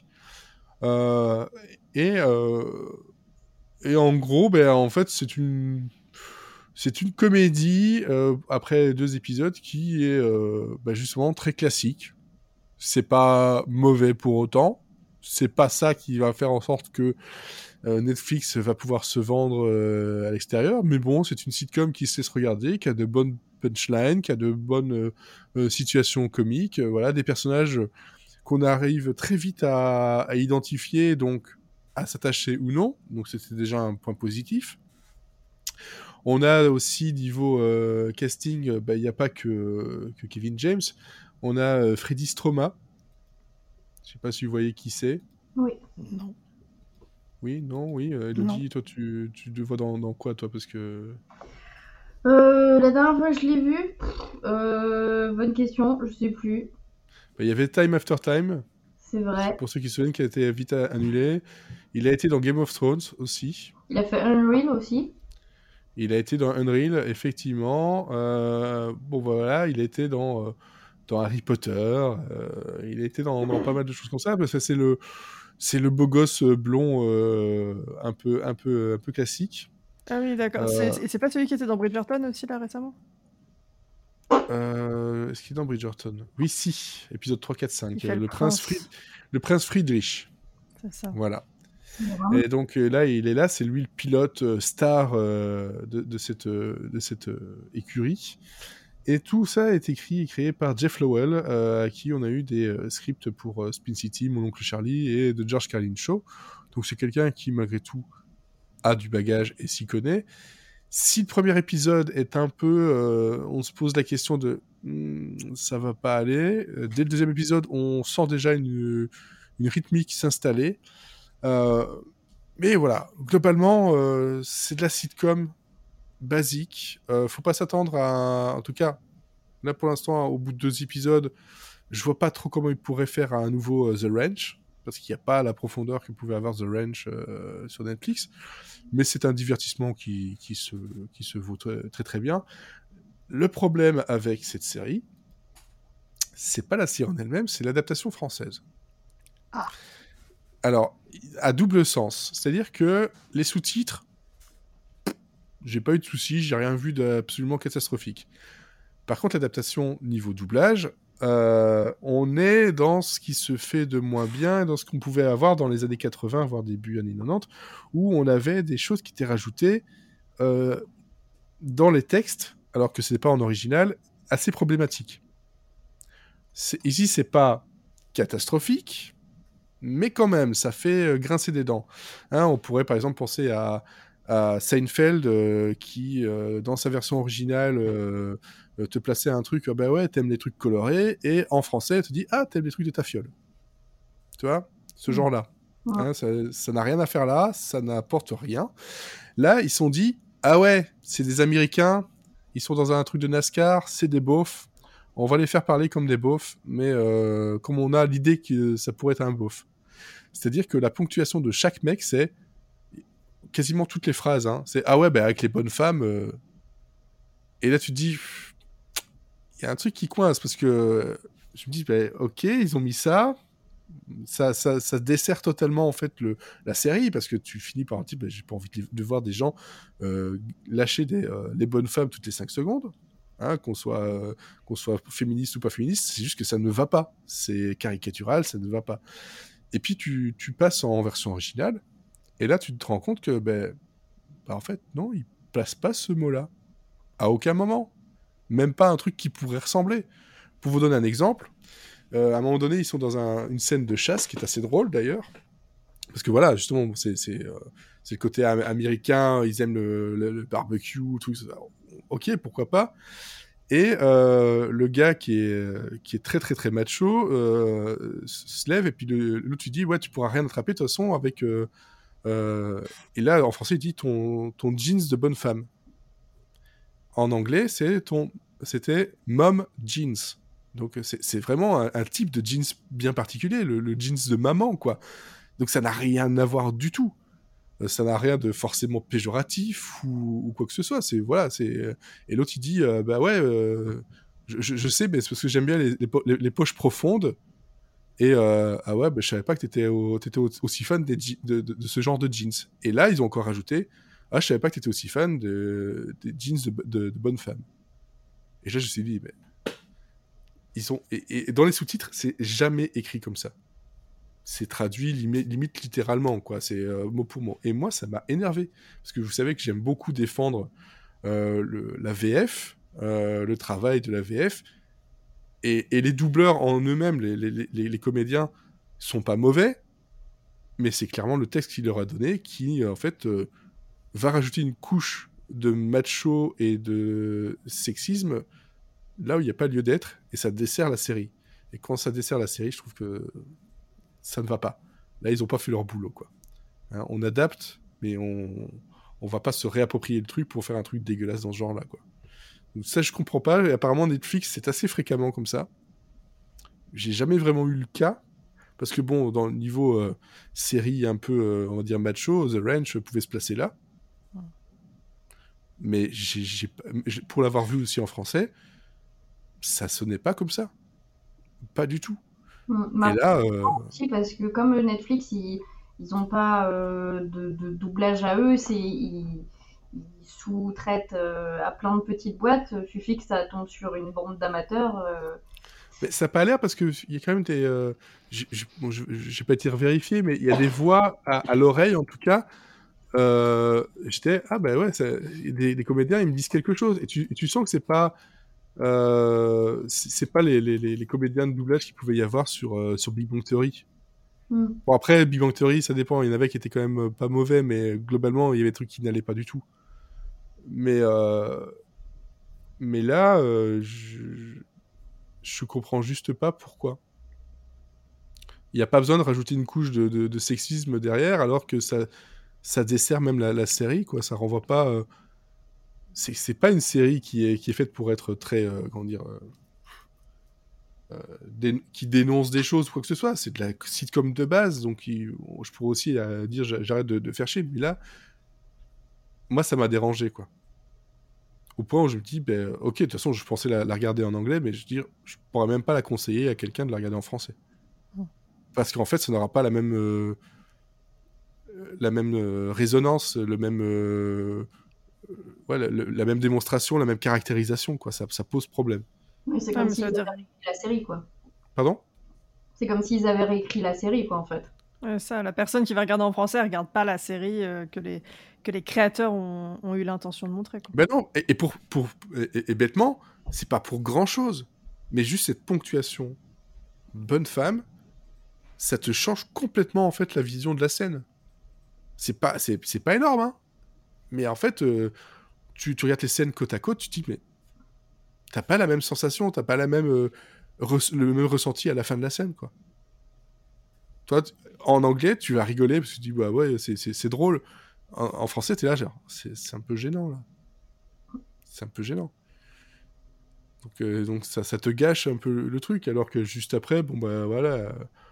Et en gros, en fait, c'est une comédie après 2 épisodes qui est justement très classique. C'est pas mauvais pour autant. C'est pas ça qui va faire en sorte que Netflix va pouvoir se vendre à l'extérieur, mais bon, c'est une sitcom qui se laisse regarder, qui a de bonnes punchlines, qui a de bonnes situations comiques, voilà, des personnages qu'on arrive très vite à identifier, donc à s'attacher ou non, donc c'était déjà un point positif. On a aussi, niveau casting, il n'y a pas que Kevin James, on a Freddy Stroma, je sais pas si vous voyez qui c'est. Oui. Non. Oui, non, oui. Elodie, toi, tu le vois dans quoi, toi ? Parce que... La dernière fois que je l'ai vu, bonne question, je sais plus. Il y avait Time After Time. C'est vrai. Pour ceux qui se souviennent, qui a été vite annulé. Il a été dans Game of Thrones aussi. Il a fait Unreal aussi. Il a été dans Unreal, effectivement. Bon, voilà, il a été dans Harry Potter. Il a été dans pas mal de choses comme ça, parce que c'est le beau gosse blond un peu classique. Ah oui, d'accord. C'est pas celui qui était dans Bridgerton aussi, là, récemment ? Est-ce qu'il est dans Bridgerton ? Oui, si. Épisode 3, 4, 5. Le prince Friedrich. C'est ça. Voilà. Ouais. Et donc là, il est là. C'est lui le pilote star de cette écurie. Et tout ça est écrit et créé par Jeff Lowell, à qui on a eu des scripts pour Spin City, Mon oncle Charlie et The George Carlin Show. Donc c'est quelqu'un qui, malgré tout, a du bagage et s'y connaît. Si le premier épisode est un peu... on se pose la question de ça va pas aller. Dès le deuxième épisode, on sent déjà une rythmique s'installer. Mais voilà, globalement, c'est de la sitcom basique. Faut pas s'attendre à... En tout cas, là pour l'instant, au bout de 2 épisodes, je vois pas trop comment ils pourraient faire un nouveau The Ranch, parce qu'il n'y a pas la profondeur que pouvait avoir The Ranch sur Netflix. Mais c'est un divertissement qui se vaut très, très très bien. Le problème avec cette série, c'est pas la série en elle-même, c'est l'adaptation française. Ah. Alors, à double sens. C'est-à-dire que les sous-titres, j'ai pas eu de soucis, j'ai rien vu d'absolument catastrophique. Par contre, l'adaptation niveau doublage, on est dans ce qui se fait de moins bien, dans ce qu'on pouvait avoir dans les années 80, voire début années 90, où on avait des choses qui étaient rajoutées dans les textes, alors que ce n'est pas en original, assez problématiques. Ici, c'est pas catastrophique, mais quand même, ça fait grincer des dents. Hein, on pourrait par exemple penser à à Seinfeld qui, dans sa version originale, te plaçait un truc, bah ouais, t'aimes les trucs colorés, et en français, elle te dit, ah, t'aimes les trucs de ta fiole. Tu vois, ce genre-là. Ouais. Hein, ça n'a rien à faire là, ça n'apporte rien. Là, ils se sont dit, ah ouais, c'est des Américains, ils sont dans un truc de NASCAR, c'est des beaufs, on va les faire parler comme des beaufs, mais comme on a l'idée que ça pourrait être un beauf. C'est-à-dire que la ponctuation de chaque mec, c'est quasiment toutes les phrases. Hein. C'est ah ouais, bah avec les bonnes femmes. Et là, tu te dis, il y a un truc qui coince parce que je me dis, bah, ok, ils ont mis ça. Ça dessert totalement en fait la série parce que tu finis par dire, bah, j'ai pas envie de voir des gens lâcher les bonnes femmes toutes les 5 secondes. Hein, qu'on soit féministe ou pas féministe, c'est juste que ça ne va pas. C'est caricatural, ça ne va pas. Et puis tu passes en version originale, et là tu te rends compte que, bah, en fait, non, ils placent pas ce mot-là. À aucun moment. Même pas un truc qui pourrait ressembler. Pour vous donner un exemple, à un moment donné, ils sont dans une scène de chasse qui est assez drôle d'ailleurs. Parce que voilà, justement, c'est le côté américain, ils aiment le barbecue, tout ça. Ok, pourquoi pas. Et le gars qui est très très très macho se lève, et puis l'autre lui dit, ouais, tu pourras rien attraper de toute façon avec... et là, en français, il dit ton jeans de bonne femme. En anglais, c'était mom jeans. Donc c'est vraiment un type de jeans bien particulier, le jeans de maman, quoi. Donc ça n'a rien à voir du tout. Ça n'a rien de forcément péjoratif ou quoi que ce soit. Voilà, et l'autre il dit bah ouais, je sais, mais c'est parce que j'aime bien les poches profondes. Et ah ouais, bah, je savais pas que t'étais aussi fan de ce genre de jeans. Et là, ils ont encore rajouté, ah, je savais pas que t'étais aussi fan des jeans de bonne femme. Et là, je me suis dit, mais et dans les sous-titres, c'est jamais écrit comme ça. C'est traduit limite littéralement, quoi. C'est mot pour mot. Et moi, ça m'a énervé. Parce que vous savez que j'aime beaucoup défendre la VF, le travail de la VF. Et les doubleurs en eux-mêmes, les comédiens, sont pas mauvais. Mais c'est clairement le texte qu'il leur a donné qui, en fait, va rajouter une couche de macho et de sexisme là où il n'y a pas lieu d'être, et ça dessert la série. Et quand ça dessert la série, je trouve que ça ne va pas. Là, ils n'ont pas fait leur boulot, quoi. Hein, on adapte, mais on va pas se réapproprier le truc pour faire un truc dégueulasse dans ce genre-là, quoi. Donc ça, je comprends pas. Et apparemment, Netflix, c'est assez fréquemment comme ça. J'ai jamais vraiment eu le cas, parce que bon, dans le niveau série un peu, on va dire macho, The Ranch pouvait se placer là. Mais pour l'avoir vu aussi en français, ça sonnait pas comme ça. Pas du tout. Et là... aussi parce que comme Netflix, ils n'ont pas de doublage à eux, ils sous-traitent à plein de petites boîtes. Il suffit que ça tombe sur une bande d'amateurs. Mais ça n'a pas l'air, parce qu'il y a quand même des... je vais pas été vérifié, mais il y a des voix à l'oreille, en tout cas. J'étais, ah ben ouais, des comédiens, ils me disent quelque chose. Et tu sens que c'est pas les comédiens de doublage qu'il pouvait y avoir sur Big Bang Theory. Bon, après, Big Bang Theory, ça dépend. Il y en avait qui étaient quand même pas mauvais, mais globalement, il y avait des trucs qui n'allaient pas du tout. Mais là, je comprends juste pas pourquoi. Il n'y a pas besoin de rajouter une couche de sexisme derrière, alors que ça dessert même la série, quoi. Ça renvoie pas... c'est pas une série qui est faite pour être très... comment dire... qui dénonce des choses ou quoi que ce soit. C'est de la sitcom de base, donc je pourrais aussi dire j'arrête de faire chier. Mais là, moi, ça m'a dérangé, quoi. Au point où je me dis, ben, ok, de toute façon, je pensais la regarder en anglais, mais je pourrais même pas la conseiller à quelqu'un de la regarder en français. Parce qu'en fait, ça n'aura pas la même résonance, le même... la même démonstration, la même caractérisation, quoi. Ça pose problème. Oui, c'est comme s'ils avaient réécrit la série, quoi. Pardon ? C'est comme s'ils avaient réécrit la série, quoi, en fait. Ça, la personne qui va regarder en français, elle regarde pas la série que les créateurs ont eu l'intention de montrer, quoi. Ben non, et bêtement, c'est pas pour grand-chose. Mais juste cette ponctuation, bonne femme, ça te change complètement, en fait, la vision de la scène. C'est pas énorme, hein. Mais en fait, tu regardes les scènes côte à côte, tu te dis, mais t'as pas la même sensation, t'as pas le même ressenti à la fin de la scène, quoi. Toi, en anglais, tu vas rigoler parce que tu dis, bah ouais, c'est drôle. En français, t'es là, genre, c'est un peu gênant, là. C'est un peu gênant. Donc ça te gâche un peu le truc, alors que juste après, bon bah voilà,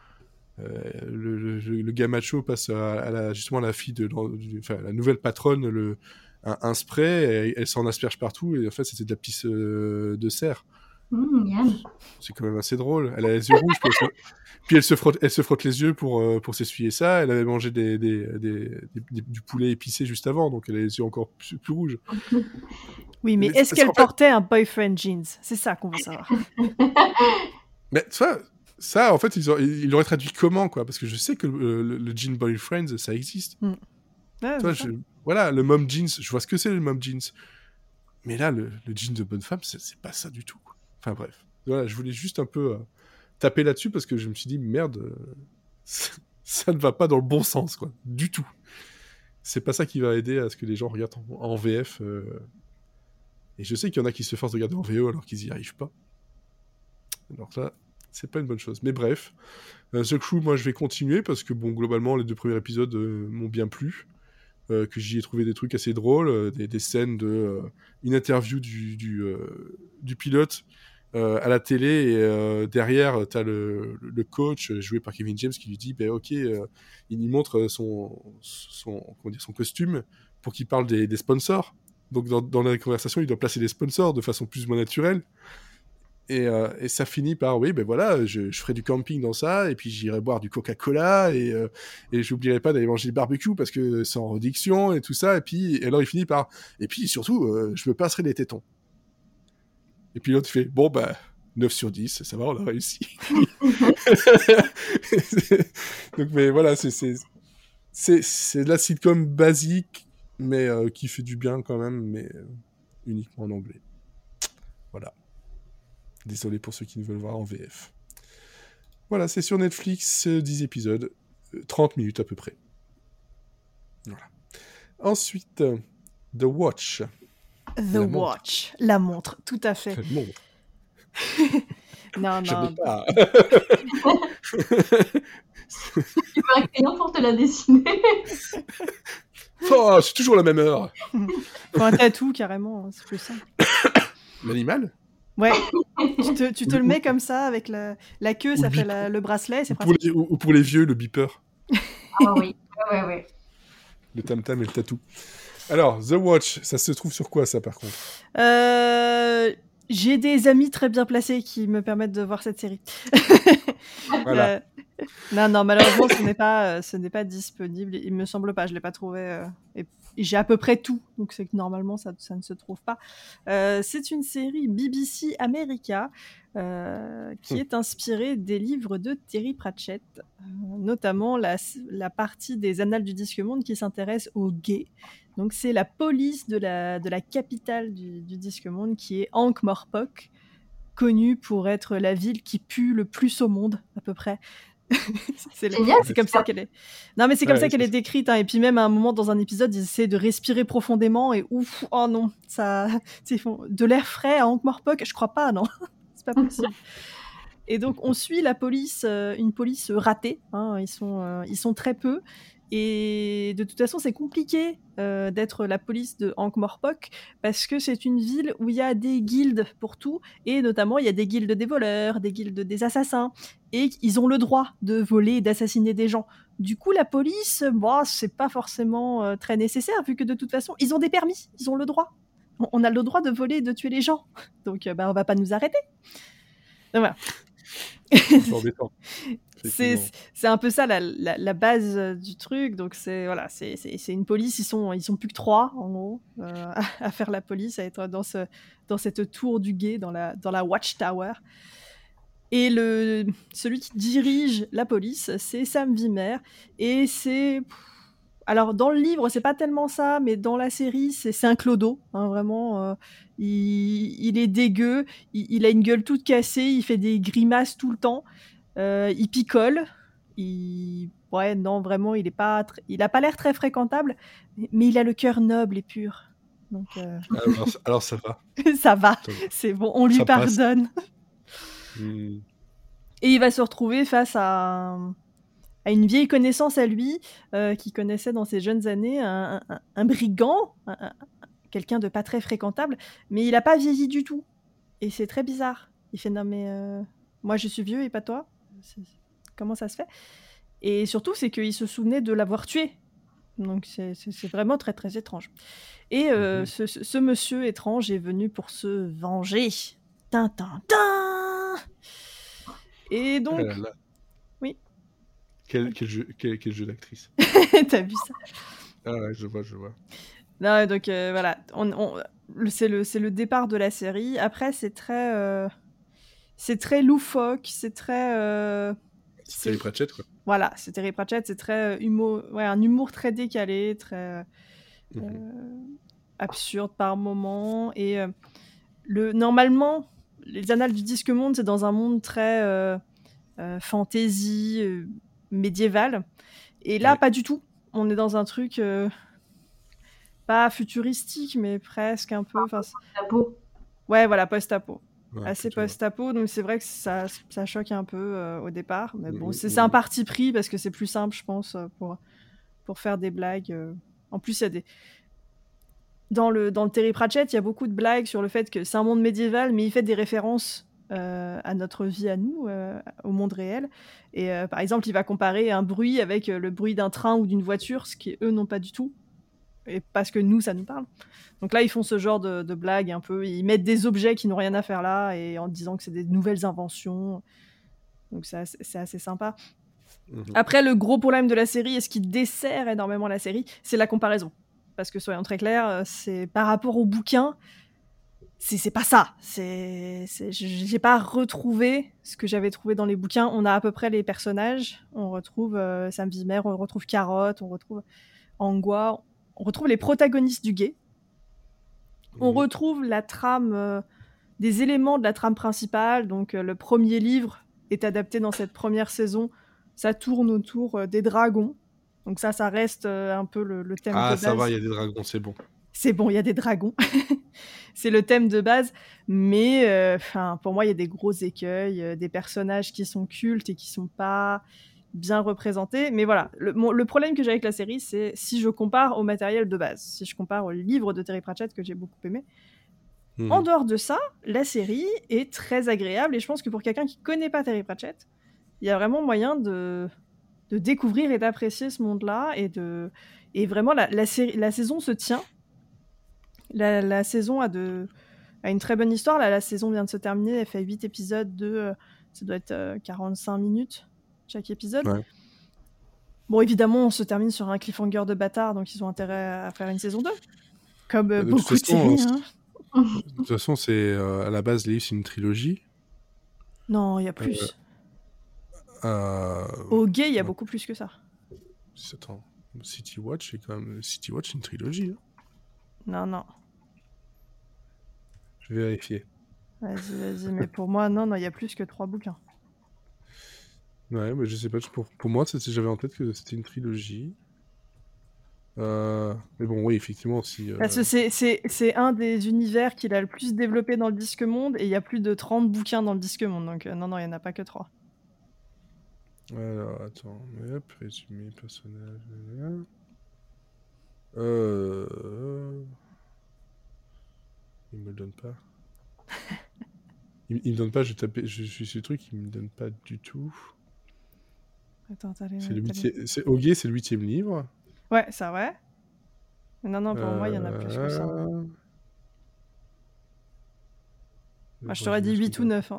le gars macho passe justement à la fille enfin, la nouvelle patronne un spray, elle s'en asperge partout, et en fait c'était de la pisse de cerf. Miam. C'est quand même assez drôle. Elle a les yeux rouges, puis elle se frotte les yeux pour s'essuyer ça. Elle avait mangé du poulet épicé juste avant, donc elle a les yeux encore plus rouges. Oui, mais est-ce qu'elle portait un boyfriend jeans? C'est ça qu'on veut savoir. Mais ça, en fait, ils l'auraient traduit comment, quoi? Parce que je sais que le jean boyfriend, ça existe. Ouais, toi, voilà, le mom jeans, je vois ce que c'est le mom jeans. Mais là, le jean de bonne femme, c'est pas ça du tout, quoi. Enfin bref. Voilà, je voulais juste un peu taper là-dessus parce que je me suis dit, merde, ça ne va pas dans le bon sens, quoi. Du tout. C'est pas ça qui va aider à ce que les gens regardent en VF. Et je sais qu'il y en a qui se forcent de regarder en VO alors qu'ils y arrivent pas. Alors là, c'est pas une bonne chose. Mais bref, The Crew, moi je vais continuer parce que bon, globalement, les 2 premiers épisodes m'ont bien plu. Que j'y ai trouvé des trucs assez drôles, des scènes une interview du pilote à la télé, et derrière t'as le coach joué par Kevin James qui lui dit ok, il lui montre son costume pour qu'il parle des sponsors. Donc dans la conversation il doit placer des sponsors de façon plus ou moins naturelle. Et ça finit par, oui, ben voilà, je ferai du camping dans ça, et puis j'irai boire du Coca-Cola, et j'oublierai pas d'aller manger du barbecue parce que c'est en réduction et tout ça. Et alors il finit par, et puis surtout, je me passerai des tétons. Et puis l'autre fait, bon, bah, 9 sur 10, ça va, on a réussi. Donc, mais voilà, c'est de la sitcom basique, mais qui fait du bien quand même, mais uniquement en anglais. Voilà. Désolé pour ceux qui ne veulent voir en VF. Voilà, c'est sur Netflix, 10 épisodes, 30 minutes à peu près. Voilà. Ensuite, The Watch. The Watch, la montre, tout à fait. La montre. Non. Je n'ai pas. Tu veux un crayon pour te la dessiner. Oh, c'est toujours la même heure. Faut un tatou, carrément, c'est plus simple. L'animal ? Ouais, tu te le mets comme ça, avec la queue, ça fait le bracelet, c'est pratique. Ou pour les vieux, le beeper. Ah oui, ouais. Le tam-tam et le tatou. Alors, The Watch, ça se trouve sur quoi, ça, par contre ? J'ai des amis très bien placés qui me permettent de voir cette série. Voilà. Non, malheureusement, ce n'est pas disponible. Il me semble pas, je l'ai pas trouvé. Et j'ai à peu près tout, donc c'est que normalement ça ne se trouve pas. C'est une série BBC America qui est inspirée des livres de Terry Pratchett, notamment la partie des Annales du Disque Monde qui s'intéresse aux gays. Donc c'est la police de la capitale du Disque Monde qui est Ankh-Morpork, connue pour être la ville qui pue le plus au monde à peu près. C'est comme ça qu'elle est. Non, mais c'est comme ça qu'elle est décrite. Hein. Et puis même à un moment dans un épisode, ils essaient de respirer profondément et ouf, oh non, ça, ils font de l'air frais à Ankh-Morpork. Je crois pas, non, c'est pas possible. Et donc on suit la police, une police ratée. Hein. Ils sont très peu. Et de toute façon, c'est compliqué d'être la police de Ankh-Morpork parce que c'est une ville où il y a des guildes pour tout, et notamment il y a des guildes des voleurs, des guildes des assassins, et ils ont le droit de voler et d'assassiner des gens. Du coup, la police, c'est pas forcément très nécessaire vu que de toute façon, ils ont des permis, ils ont le droit. On a le droit de voler et de tuer les gens, donc on va pas nous arrêter. Donc voilà. C'est embêtant. C'est un peu ça la base du truc. Donc c'est une police, ils sont plus que 3 en gros à faire la police, à être dans cette tour du guet, dans la Watchtower. Et celui qui dirige la police, c'est Sam Wimmer, et c'est alors dans le livre c'est pas tellement ça, mais dans la série c'est un clodo, hein, vraiment. Il est dégueu, il a une gueule toute cassée, il fait des grimaces tout le temps. Il picole, ouais, non, vraiment, il a pas l'air très fréquentable, mais il a le cœur noble et pur. Donc, Alors ça va. ça va, Ça va. c'est bon, on lui Ça passe. pardonne. Hmm. Et il va se retrouver face à une vieille connaissance à lui, qui connaissait dans ses jeunes années un brigand, quelqu'un de pas très fréquentable, mais il a pas vieilli du tout. Et c'est très bizarre. Il fait, non mais moi je suis vieux et pas toi. Comment ça se fait? Et surtout, c'est qu'il se souvenait de l'avoir tué. Donc c'est vraiment très très étrange. Et ce monsieur étrange est venu pour se venger. Tintin. Et donc... Ah là là. Oui. Quel jeu d'actrice. T'as vu ça? Ah ouais, je vois. Non, donc voilà, c'est le départ de la série. Après, c'est très loufoque, c'est très... C'est Terry Pratchett, quoi. Voilà, c'est Terry Pratchett, c'est très un humour très décalé, très absurde par moments. Et normalement, les Annales du Disque Monde, c'est dans un monde très fantasy, médiéval. Et là, pas du tout. On est dans un truc pas futuristique, mais presque un peu. Post-apo. Ouais, voilà, post-apo. Ouais, Assez plutôt, post-apo, donc c'est vrai que ça choque un peu au départ. Mais bon, c'est Mhm. un parti pris parce que c'est plus simple, je pense, pour faire des blagues. En plus, il y a des... Dans le Terry Pratchett, il y a beaucoup de blagues sur le fait que c'est un monde médiéval, mais il fait des références à notre vie à nous, au monde réel. Et par exemple, il va comparer un bruit avec le bruit d'un train ou d'une voiture, ce qui eux n'ont pas du tout. Et parce que nous, ça nous parle. Donc là, ils font ce genre de blagues un peu. Ils mettent des objets qui n'ont rien à faire là, et en disant que c'est des nouvelles inventions. Donc c'est assez sympa. Après, le gros problème de la série, et ce qui dessert énormément la série, c'est la comparaison. Parce que soyons très clairs, c'est par rapport au bouquin, c'est pas ça. J'ai pas retrouvé ce que j'avais trouvé dans les bouquins. On a à peu près les personnages. On retrouve Sam Wimmer, on retrouve Carotte, on retrouve Angua, on retrouve les protagonistes du guet. On retrouve la trame, des éléments de la trame principale. Donc le premier livre est adapté dans cette première saison. Ça tourne autour des dragons. Donc ça reste un peu le thème de base. Ah, ça va, il y a des dragons, c'est bon. C'est bon, il y a des dragons. C'est le thème de base. Mais pour moi, il y a des gros écueils, des personnages qui sont cultes et qui sont pas bien représentés. Mais voilà, le problème que j'ai avec la série, c'est si je compare au matériel de base, si je compare au livre de Terry Pratchett que j'ai beaucoup aimé. En dehors de ça, la série est très agréable et je pense que pour quelqu'un qui connaît pas Terry Pratchett, il y a vraiment moyen de découvrir et d'apprécier ce monde-là et vraiment la saison se tient. La saison a une très bonne histoire. Là, la saison vient de se terminer, elle fait 8 épisodes ça doit être 45 minutes chaque épisode. Ouais. Bon, évidemment, on se termine sur un cliffhanger de bâtard, donc ils ont intérêt à faire une saison 2. Comme beaucoup de séries, hein. De toute façon, c'est à la base, les livres, c'est une trilogie. Non, il y a plus. Au Guet, il y a beaucoup plus que ça. Attends, City Watch, c'est quand même... City Watch, c'est une trilogie. Hein. Non. Je vais vérifier. Vas-y, mais pour moi, non, il y a plus que 3 bouquins. Ouais, mais je sais pas, pour moi, j'avais en tête que c'était une trilogie. Mais bon, oui, effectivement, si... Parce que c'est un des univers qu'il a le plus développé dans le Disque Monde, et il y a plus de 30 bouquins dans le Disque Monde, donc non, il n'y en a pas que 3. Alors, attends, hop, résumé, personnage... Il me le donne pas. il me donne pas, je suis ce truc, il me donne pas du tout. Attends, c'est Ogier, c'est le 8e livre. Ouais, ça, ouais. Non, pour moi, il y en a plus que ça. Je t'aurais dit 8 ou 9. Hein.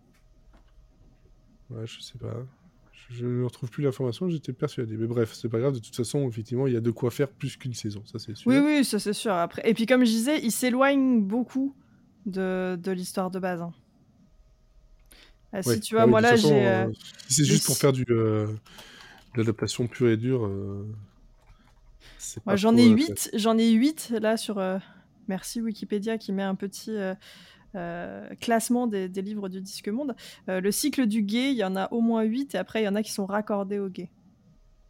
Ouais, je sais pas. Je ne retrouve plus l'information, j'étais persuadé. Mais bref, c'est pas grave, de toute façon, effectivement, il y a de quoi faire plus qu'une saison, ça c'est sûr. Oui, ça c'est sûr. Après... Et puis comme je disais, il s'éloigne beaucoup de l'histoire de base. Hein. Si tu vois, moi là, j'ai... si c'est juste pour faire de l'adaptation pure et dure... Moi, j'en ai 8 là sur... Merci Wikipédia qui met un petit... classement des livres du Disque Monde. Le cycle du Guet, il y en a au moins 8 et après il y en a qui sont raccordés au Guet.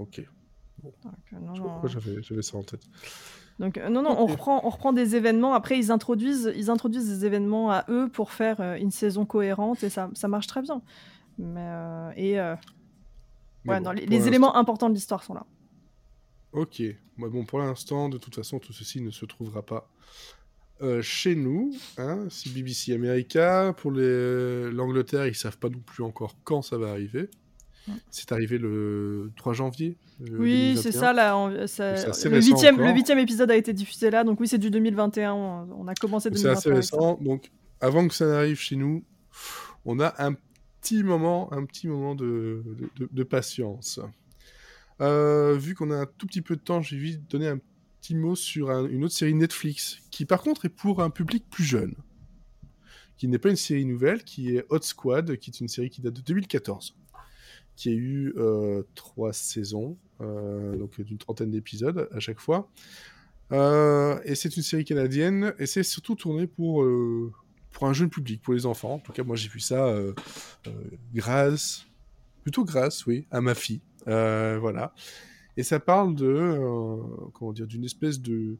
Ok. Bon. Donc, Je sais pas pourquoi j'avais ça en tête. Donc non, on reprend des événements. Après, ils introduisent des événements à eux pour faire une saison cohérente et ça marche très bien. Mais bon, les éléments importants de l'histoire sont là. Ok. Bon, pour l'instant, de toute façon, tout ceci ne se trouvera pas chez nous. Hein, c'est BBC America. Pour l'Angleterre, ils savent pas non plus encore quand ça va arriver. C'est arrivé le 3 janvier. Oui, 2021. c'est ça. Là, le 8e épisode a été diffusé là. Donc oui, c'est du 2021. On a commencé 2021. C'est assez récent. Donc avant que ça n'arrive chez nous, on a un petit moment de patience. Vu qu'on a un tout petit peu de temps, j'ai envie de donner un petit mot sur une autre série Netflix, qui par contre est pour un public plus jeune, qui n'est pas une série nouvelle, qui est Hot Squad, qui est une série qui date de 2014, qui a eu 3 saisons, donc d'une 30aine d'épisodes à chaque fois. Et c'est une série canadienne, et c'est surtout tourné pour un jeune public, pour les enfants. En tout cas, moi j'ai vu ça grâce, oui, à ma fille. Voilà. Et ça parle d'une espèce de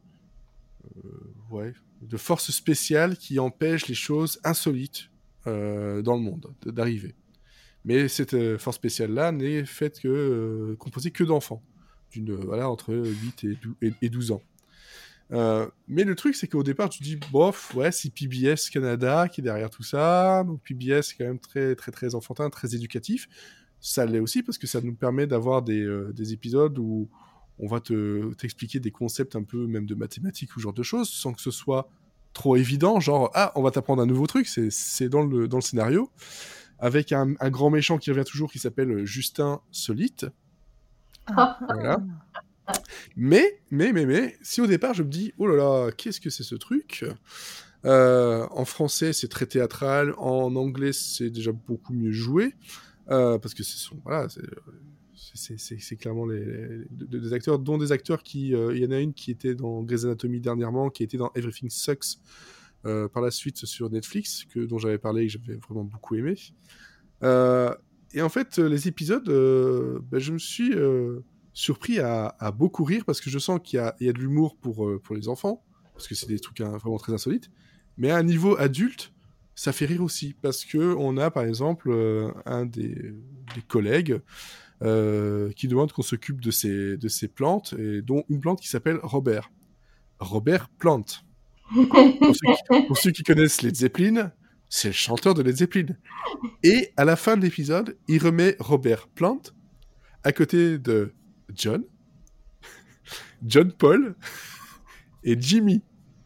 force spéciale qui empêche les choses insolites dans le monde d'arriver. Mais cette force spéciale-là n'est composée que d'enfants, entre 8 et 12 ans. Mais le truc, c'est qu'au départ, tu te dis, bof, ouais, c'est PBS Canada qui est derrière tout ça. Donc PBS, c'est quand même très, très, très enfantin, très éducatif. Ça l'est aussi parce que ça nous permet d'avoir des épisodes où on va t'expliquer des concepts un peu même de mathématiques ou ce genre de choses, sans que ce soit trop évident, genre, on va t'apprendre un nouveau truc, c'est dans le scénario, avec un grand méchant qui revient toujours, qui s'appelle Justin Solite. Voilà. Mais, si au départ je me dis, oh là là, qu'est-ce que c'est ce truc ? En français, c'est très théâtral, en anglais, c'est déjà beaucoup mieux joué, parce que c'est clairement des acteurs, dont des acteurs qui... Il y en a une qui était dans Grey's Anatomy dernièrement, qui était dans Everything Sucks par la suite sur Netflix, dont j'avais parlé et que j'avais vraiment beaucoup aimé. Et en fait, les épisodes, je me suis surpris à beaucoup rire, parce que je sens qu'il y a de l'humour pour les enfants, parce que c'est des trucs vraiment très insolites, mais à un niveau adulte, ça fait rire aussi, parce qu'on a par exemple un des collègues qui demande qu'on s'occupe de ces plantes, et dont une plante qui s'appelle Robert Plante. Pour ceux qui connaissent Led Zeppelin, c'est le chanteur de Led Zeppelin. Et à la fin de l'épisode, il remet Robert Plant à côté de John Paul et Jimmy.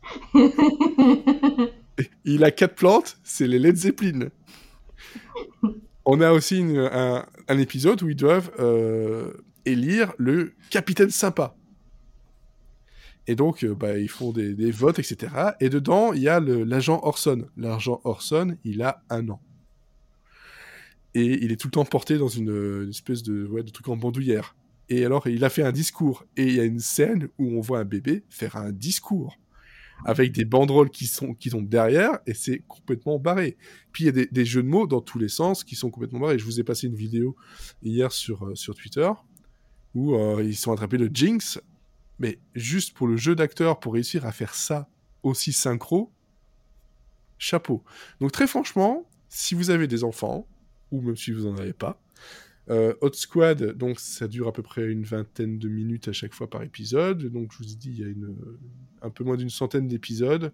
Il a 4 plantes, c'est les Led Zeppelin. On a aussi un épisode où ils doivent élire le capitaine sympa. Et donc, ils font des votes, etc. Et dedans, il y a l'agent Orson. L'agent Orson, il a 1 an. Et il est tout le temps porté dans une espèce de truc en bandoulière. Et alors, il a fait un discours. Et il y a une scène où on voit un bébé faire un discours, avec des banderoles qui tombent derrière, et c'est complètement barré. Puis il y a des jeux de mots dans tous les sens qui sont complètement barrés. Je vous ai passé une vidéo hier sur Twitter, où ils sont attrapés de Jinx. Mais juste pour le jeu d'acteur, pour réussir à faire ça aussi synchro, chapeau. Donc très franchement, si vous avez des enfants, ou même si vous n'en avez pas, Hot Squad, donc ça dure à peu près une 20aine de minutes à chaque fois par épisode. Donc je vous ai dit, il y a un peu moins d'une 100aine d'épisodes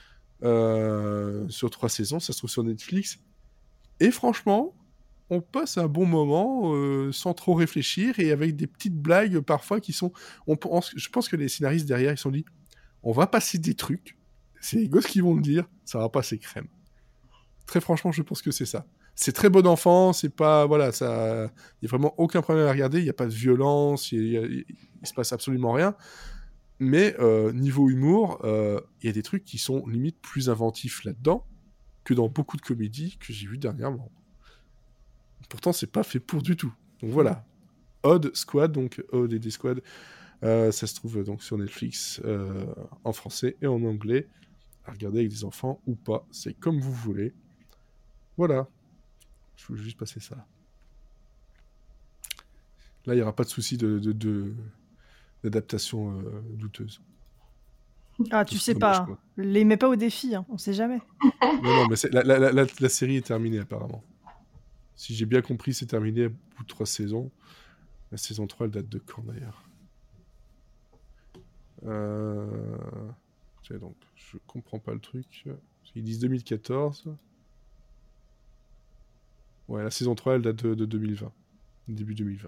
sur 3 saisons. Ça se trouve sur Netflix. Et franchement, on passe un bon moment sans trop réfléchir, et avec des petites blagues parfois qui sont... Je pense que les scénaristes derrière, ils se sont dit, on va passer des trucs, c'est les gosses qui vont le dire, ça va passer crème. Très franchement, je pense que c'est ça. C'est très bon enfant, c'est pas... Voilà, il n'y a vraiment aucun problème à regarder, il n'y a pas de violence, il se passe absolument rien. Mais niveau humour, il y a des trucs qui sont limite plus inventifs là-dedans que dans beaucoup de comédies que j'ai vues dernièrement. Pourtant, c'est pas fait pour du tout. Donc voilà. Odd Squad, donc ODD Squad, ça se trouve donc sur Netflix en français et en anglais. À regarder avec des enfants ou pas, c'est comme vous voulez. Voilà. Je voulais juste passer ça. Là, il n'y aura pas de souci d'adaptation douteuse. Ah, tu sais pas. Les mets pas au défi, hein. On sait jamais. Non, mais la série est terminée, apparemment. Si j'ai bien compris, c'est terminé au bout de 3 saisons. La saison 3, elle date de quand, d'ailleurs donc, je comprends pas le truc. Ils disent 2014. Ouais, la saison 3, elle date de 2020. Début 2020.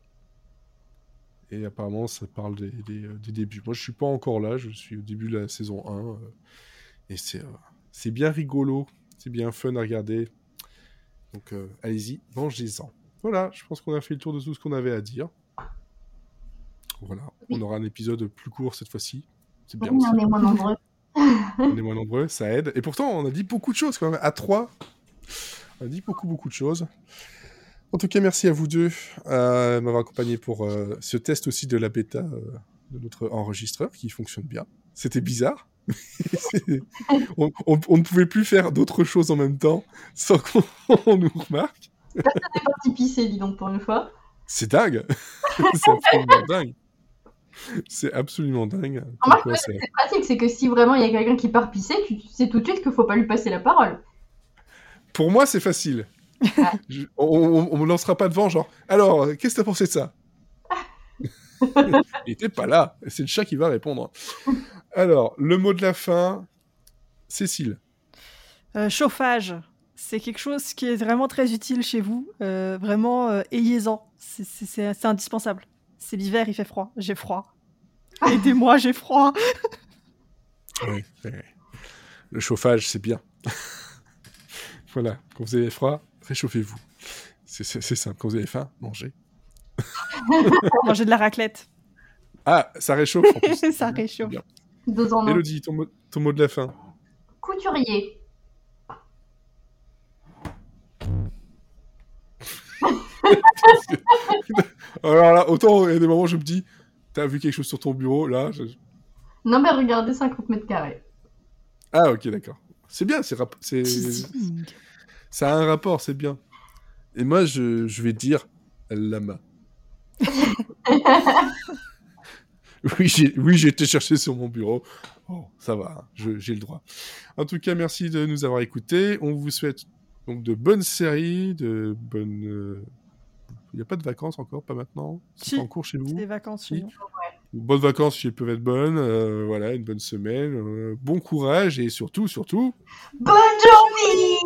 Et apparemment, ça parle des débuts. Moi, je suis pas encore là. Je suis au début de la saison 1. Et c'est bien rigolo. C'est bien fun à regarder. Donc, allez-y, mangez-en. Voilà, je pense qu'on a fait le tour de tout ce qu'on avait à dire. Voilà, on aura un épisode plus court cette fois-ci. C'est bien. On est moins nombreux. On est moins nombreux, ça aide. Et pourtant, on a dit beaucoup de choses quand même. À 3, on a dit beaucoup de choses. En tout cas, merci à vous deux de m'avoir accompagné pour ce test aussi de la bêta de notre enregistreur qui fonctionne bien. C'était bizarre. on ne pouvait plus faire d'autres choses en même temps sans qu'on nous remarque. Personne n'est parti pisser, dis donc, pour une fois. C'est dingue. C'est absolument dingue. C'est absolument dingue. Remarque, c'est pratique, c'est que si vraiment il y a quelqu'un qui part pisser, tu sais tout de suite qu'il faut pas lui passer la parole. Pour moi, c'est facile. On me lancera pas devant, genre, alors, qu'est-ce que t'as pensé de ça? Il était pas là. C'est le chat qui va répondre. Alors, le mot de la fin, Cécile. Chauffage. C'est quelque chose qui est vraiment très utile chez vous. Vraiment, ayez-en. C'est indispensable. C'est l'hiver, il fait froid. J'ai froid. Aidez-moi, j'ai froid. Oui, le chauffage, c'est bien. Voilà, quand vous avez froid, réchauffez-vous. C'est simple. Quand vous avez faim, mangez. Mangez de la raclette. Ah, ça réchauffe en plus. Ça réchauffe. Élodie, ton mot de la fin. Couturier. Alors là, autant il y a des moments où je me dis, t'as vu quelque chose sur ton bureau, là Non, mais regardez 50 mètres carrés. Ah, ok, d'accord. C'est bien, ça a un rapport, c'est bien. Et moi, je vais dire lama. Oui, j'ai été chercher sur mon bureau. Oh, ça va, j'ai le droit. En tout cas, merci de nous avoir écoutés. On vous souhaite donc de bonnes séries, de bonnes... Il n'y a pas de vacances encore, pas maintenant. C'est pas en cours chez vous. C'est des vacances chez nous. Bonnes vacances si elles peuvent être bonnes. Voilà, une bonne semaine. Bon courage et surtout... Bonne journée.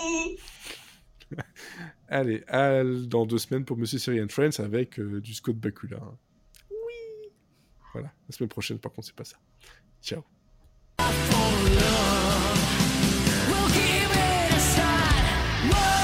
Allez, dans 2 semaines pour Monsieur Siri and Friends avec du Scott Bakula. Oui. Voilà, la semaine prochaine, par contre, c'est pas ça. Ciao. We'll give it a shot. Whoa.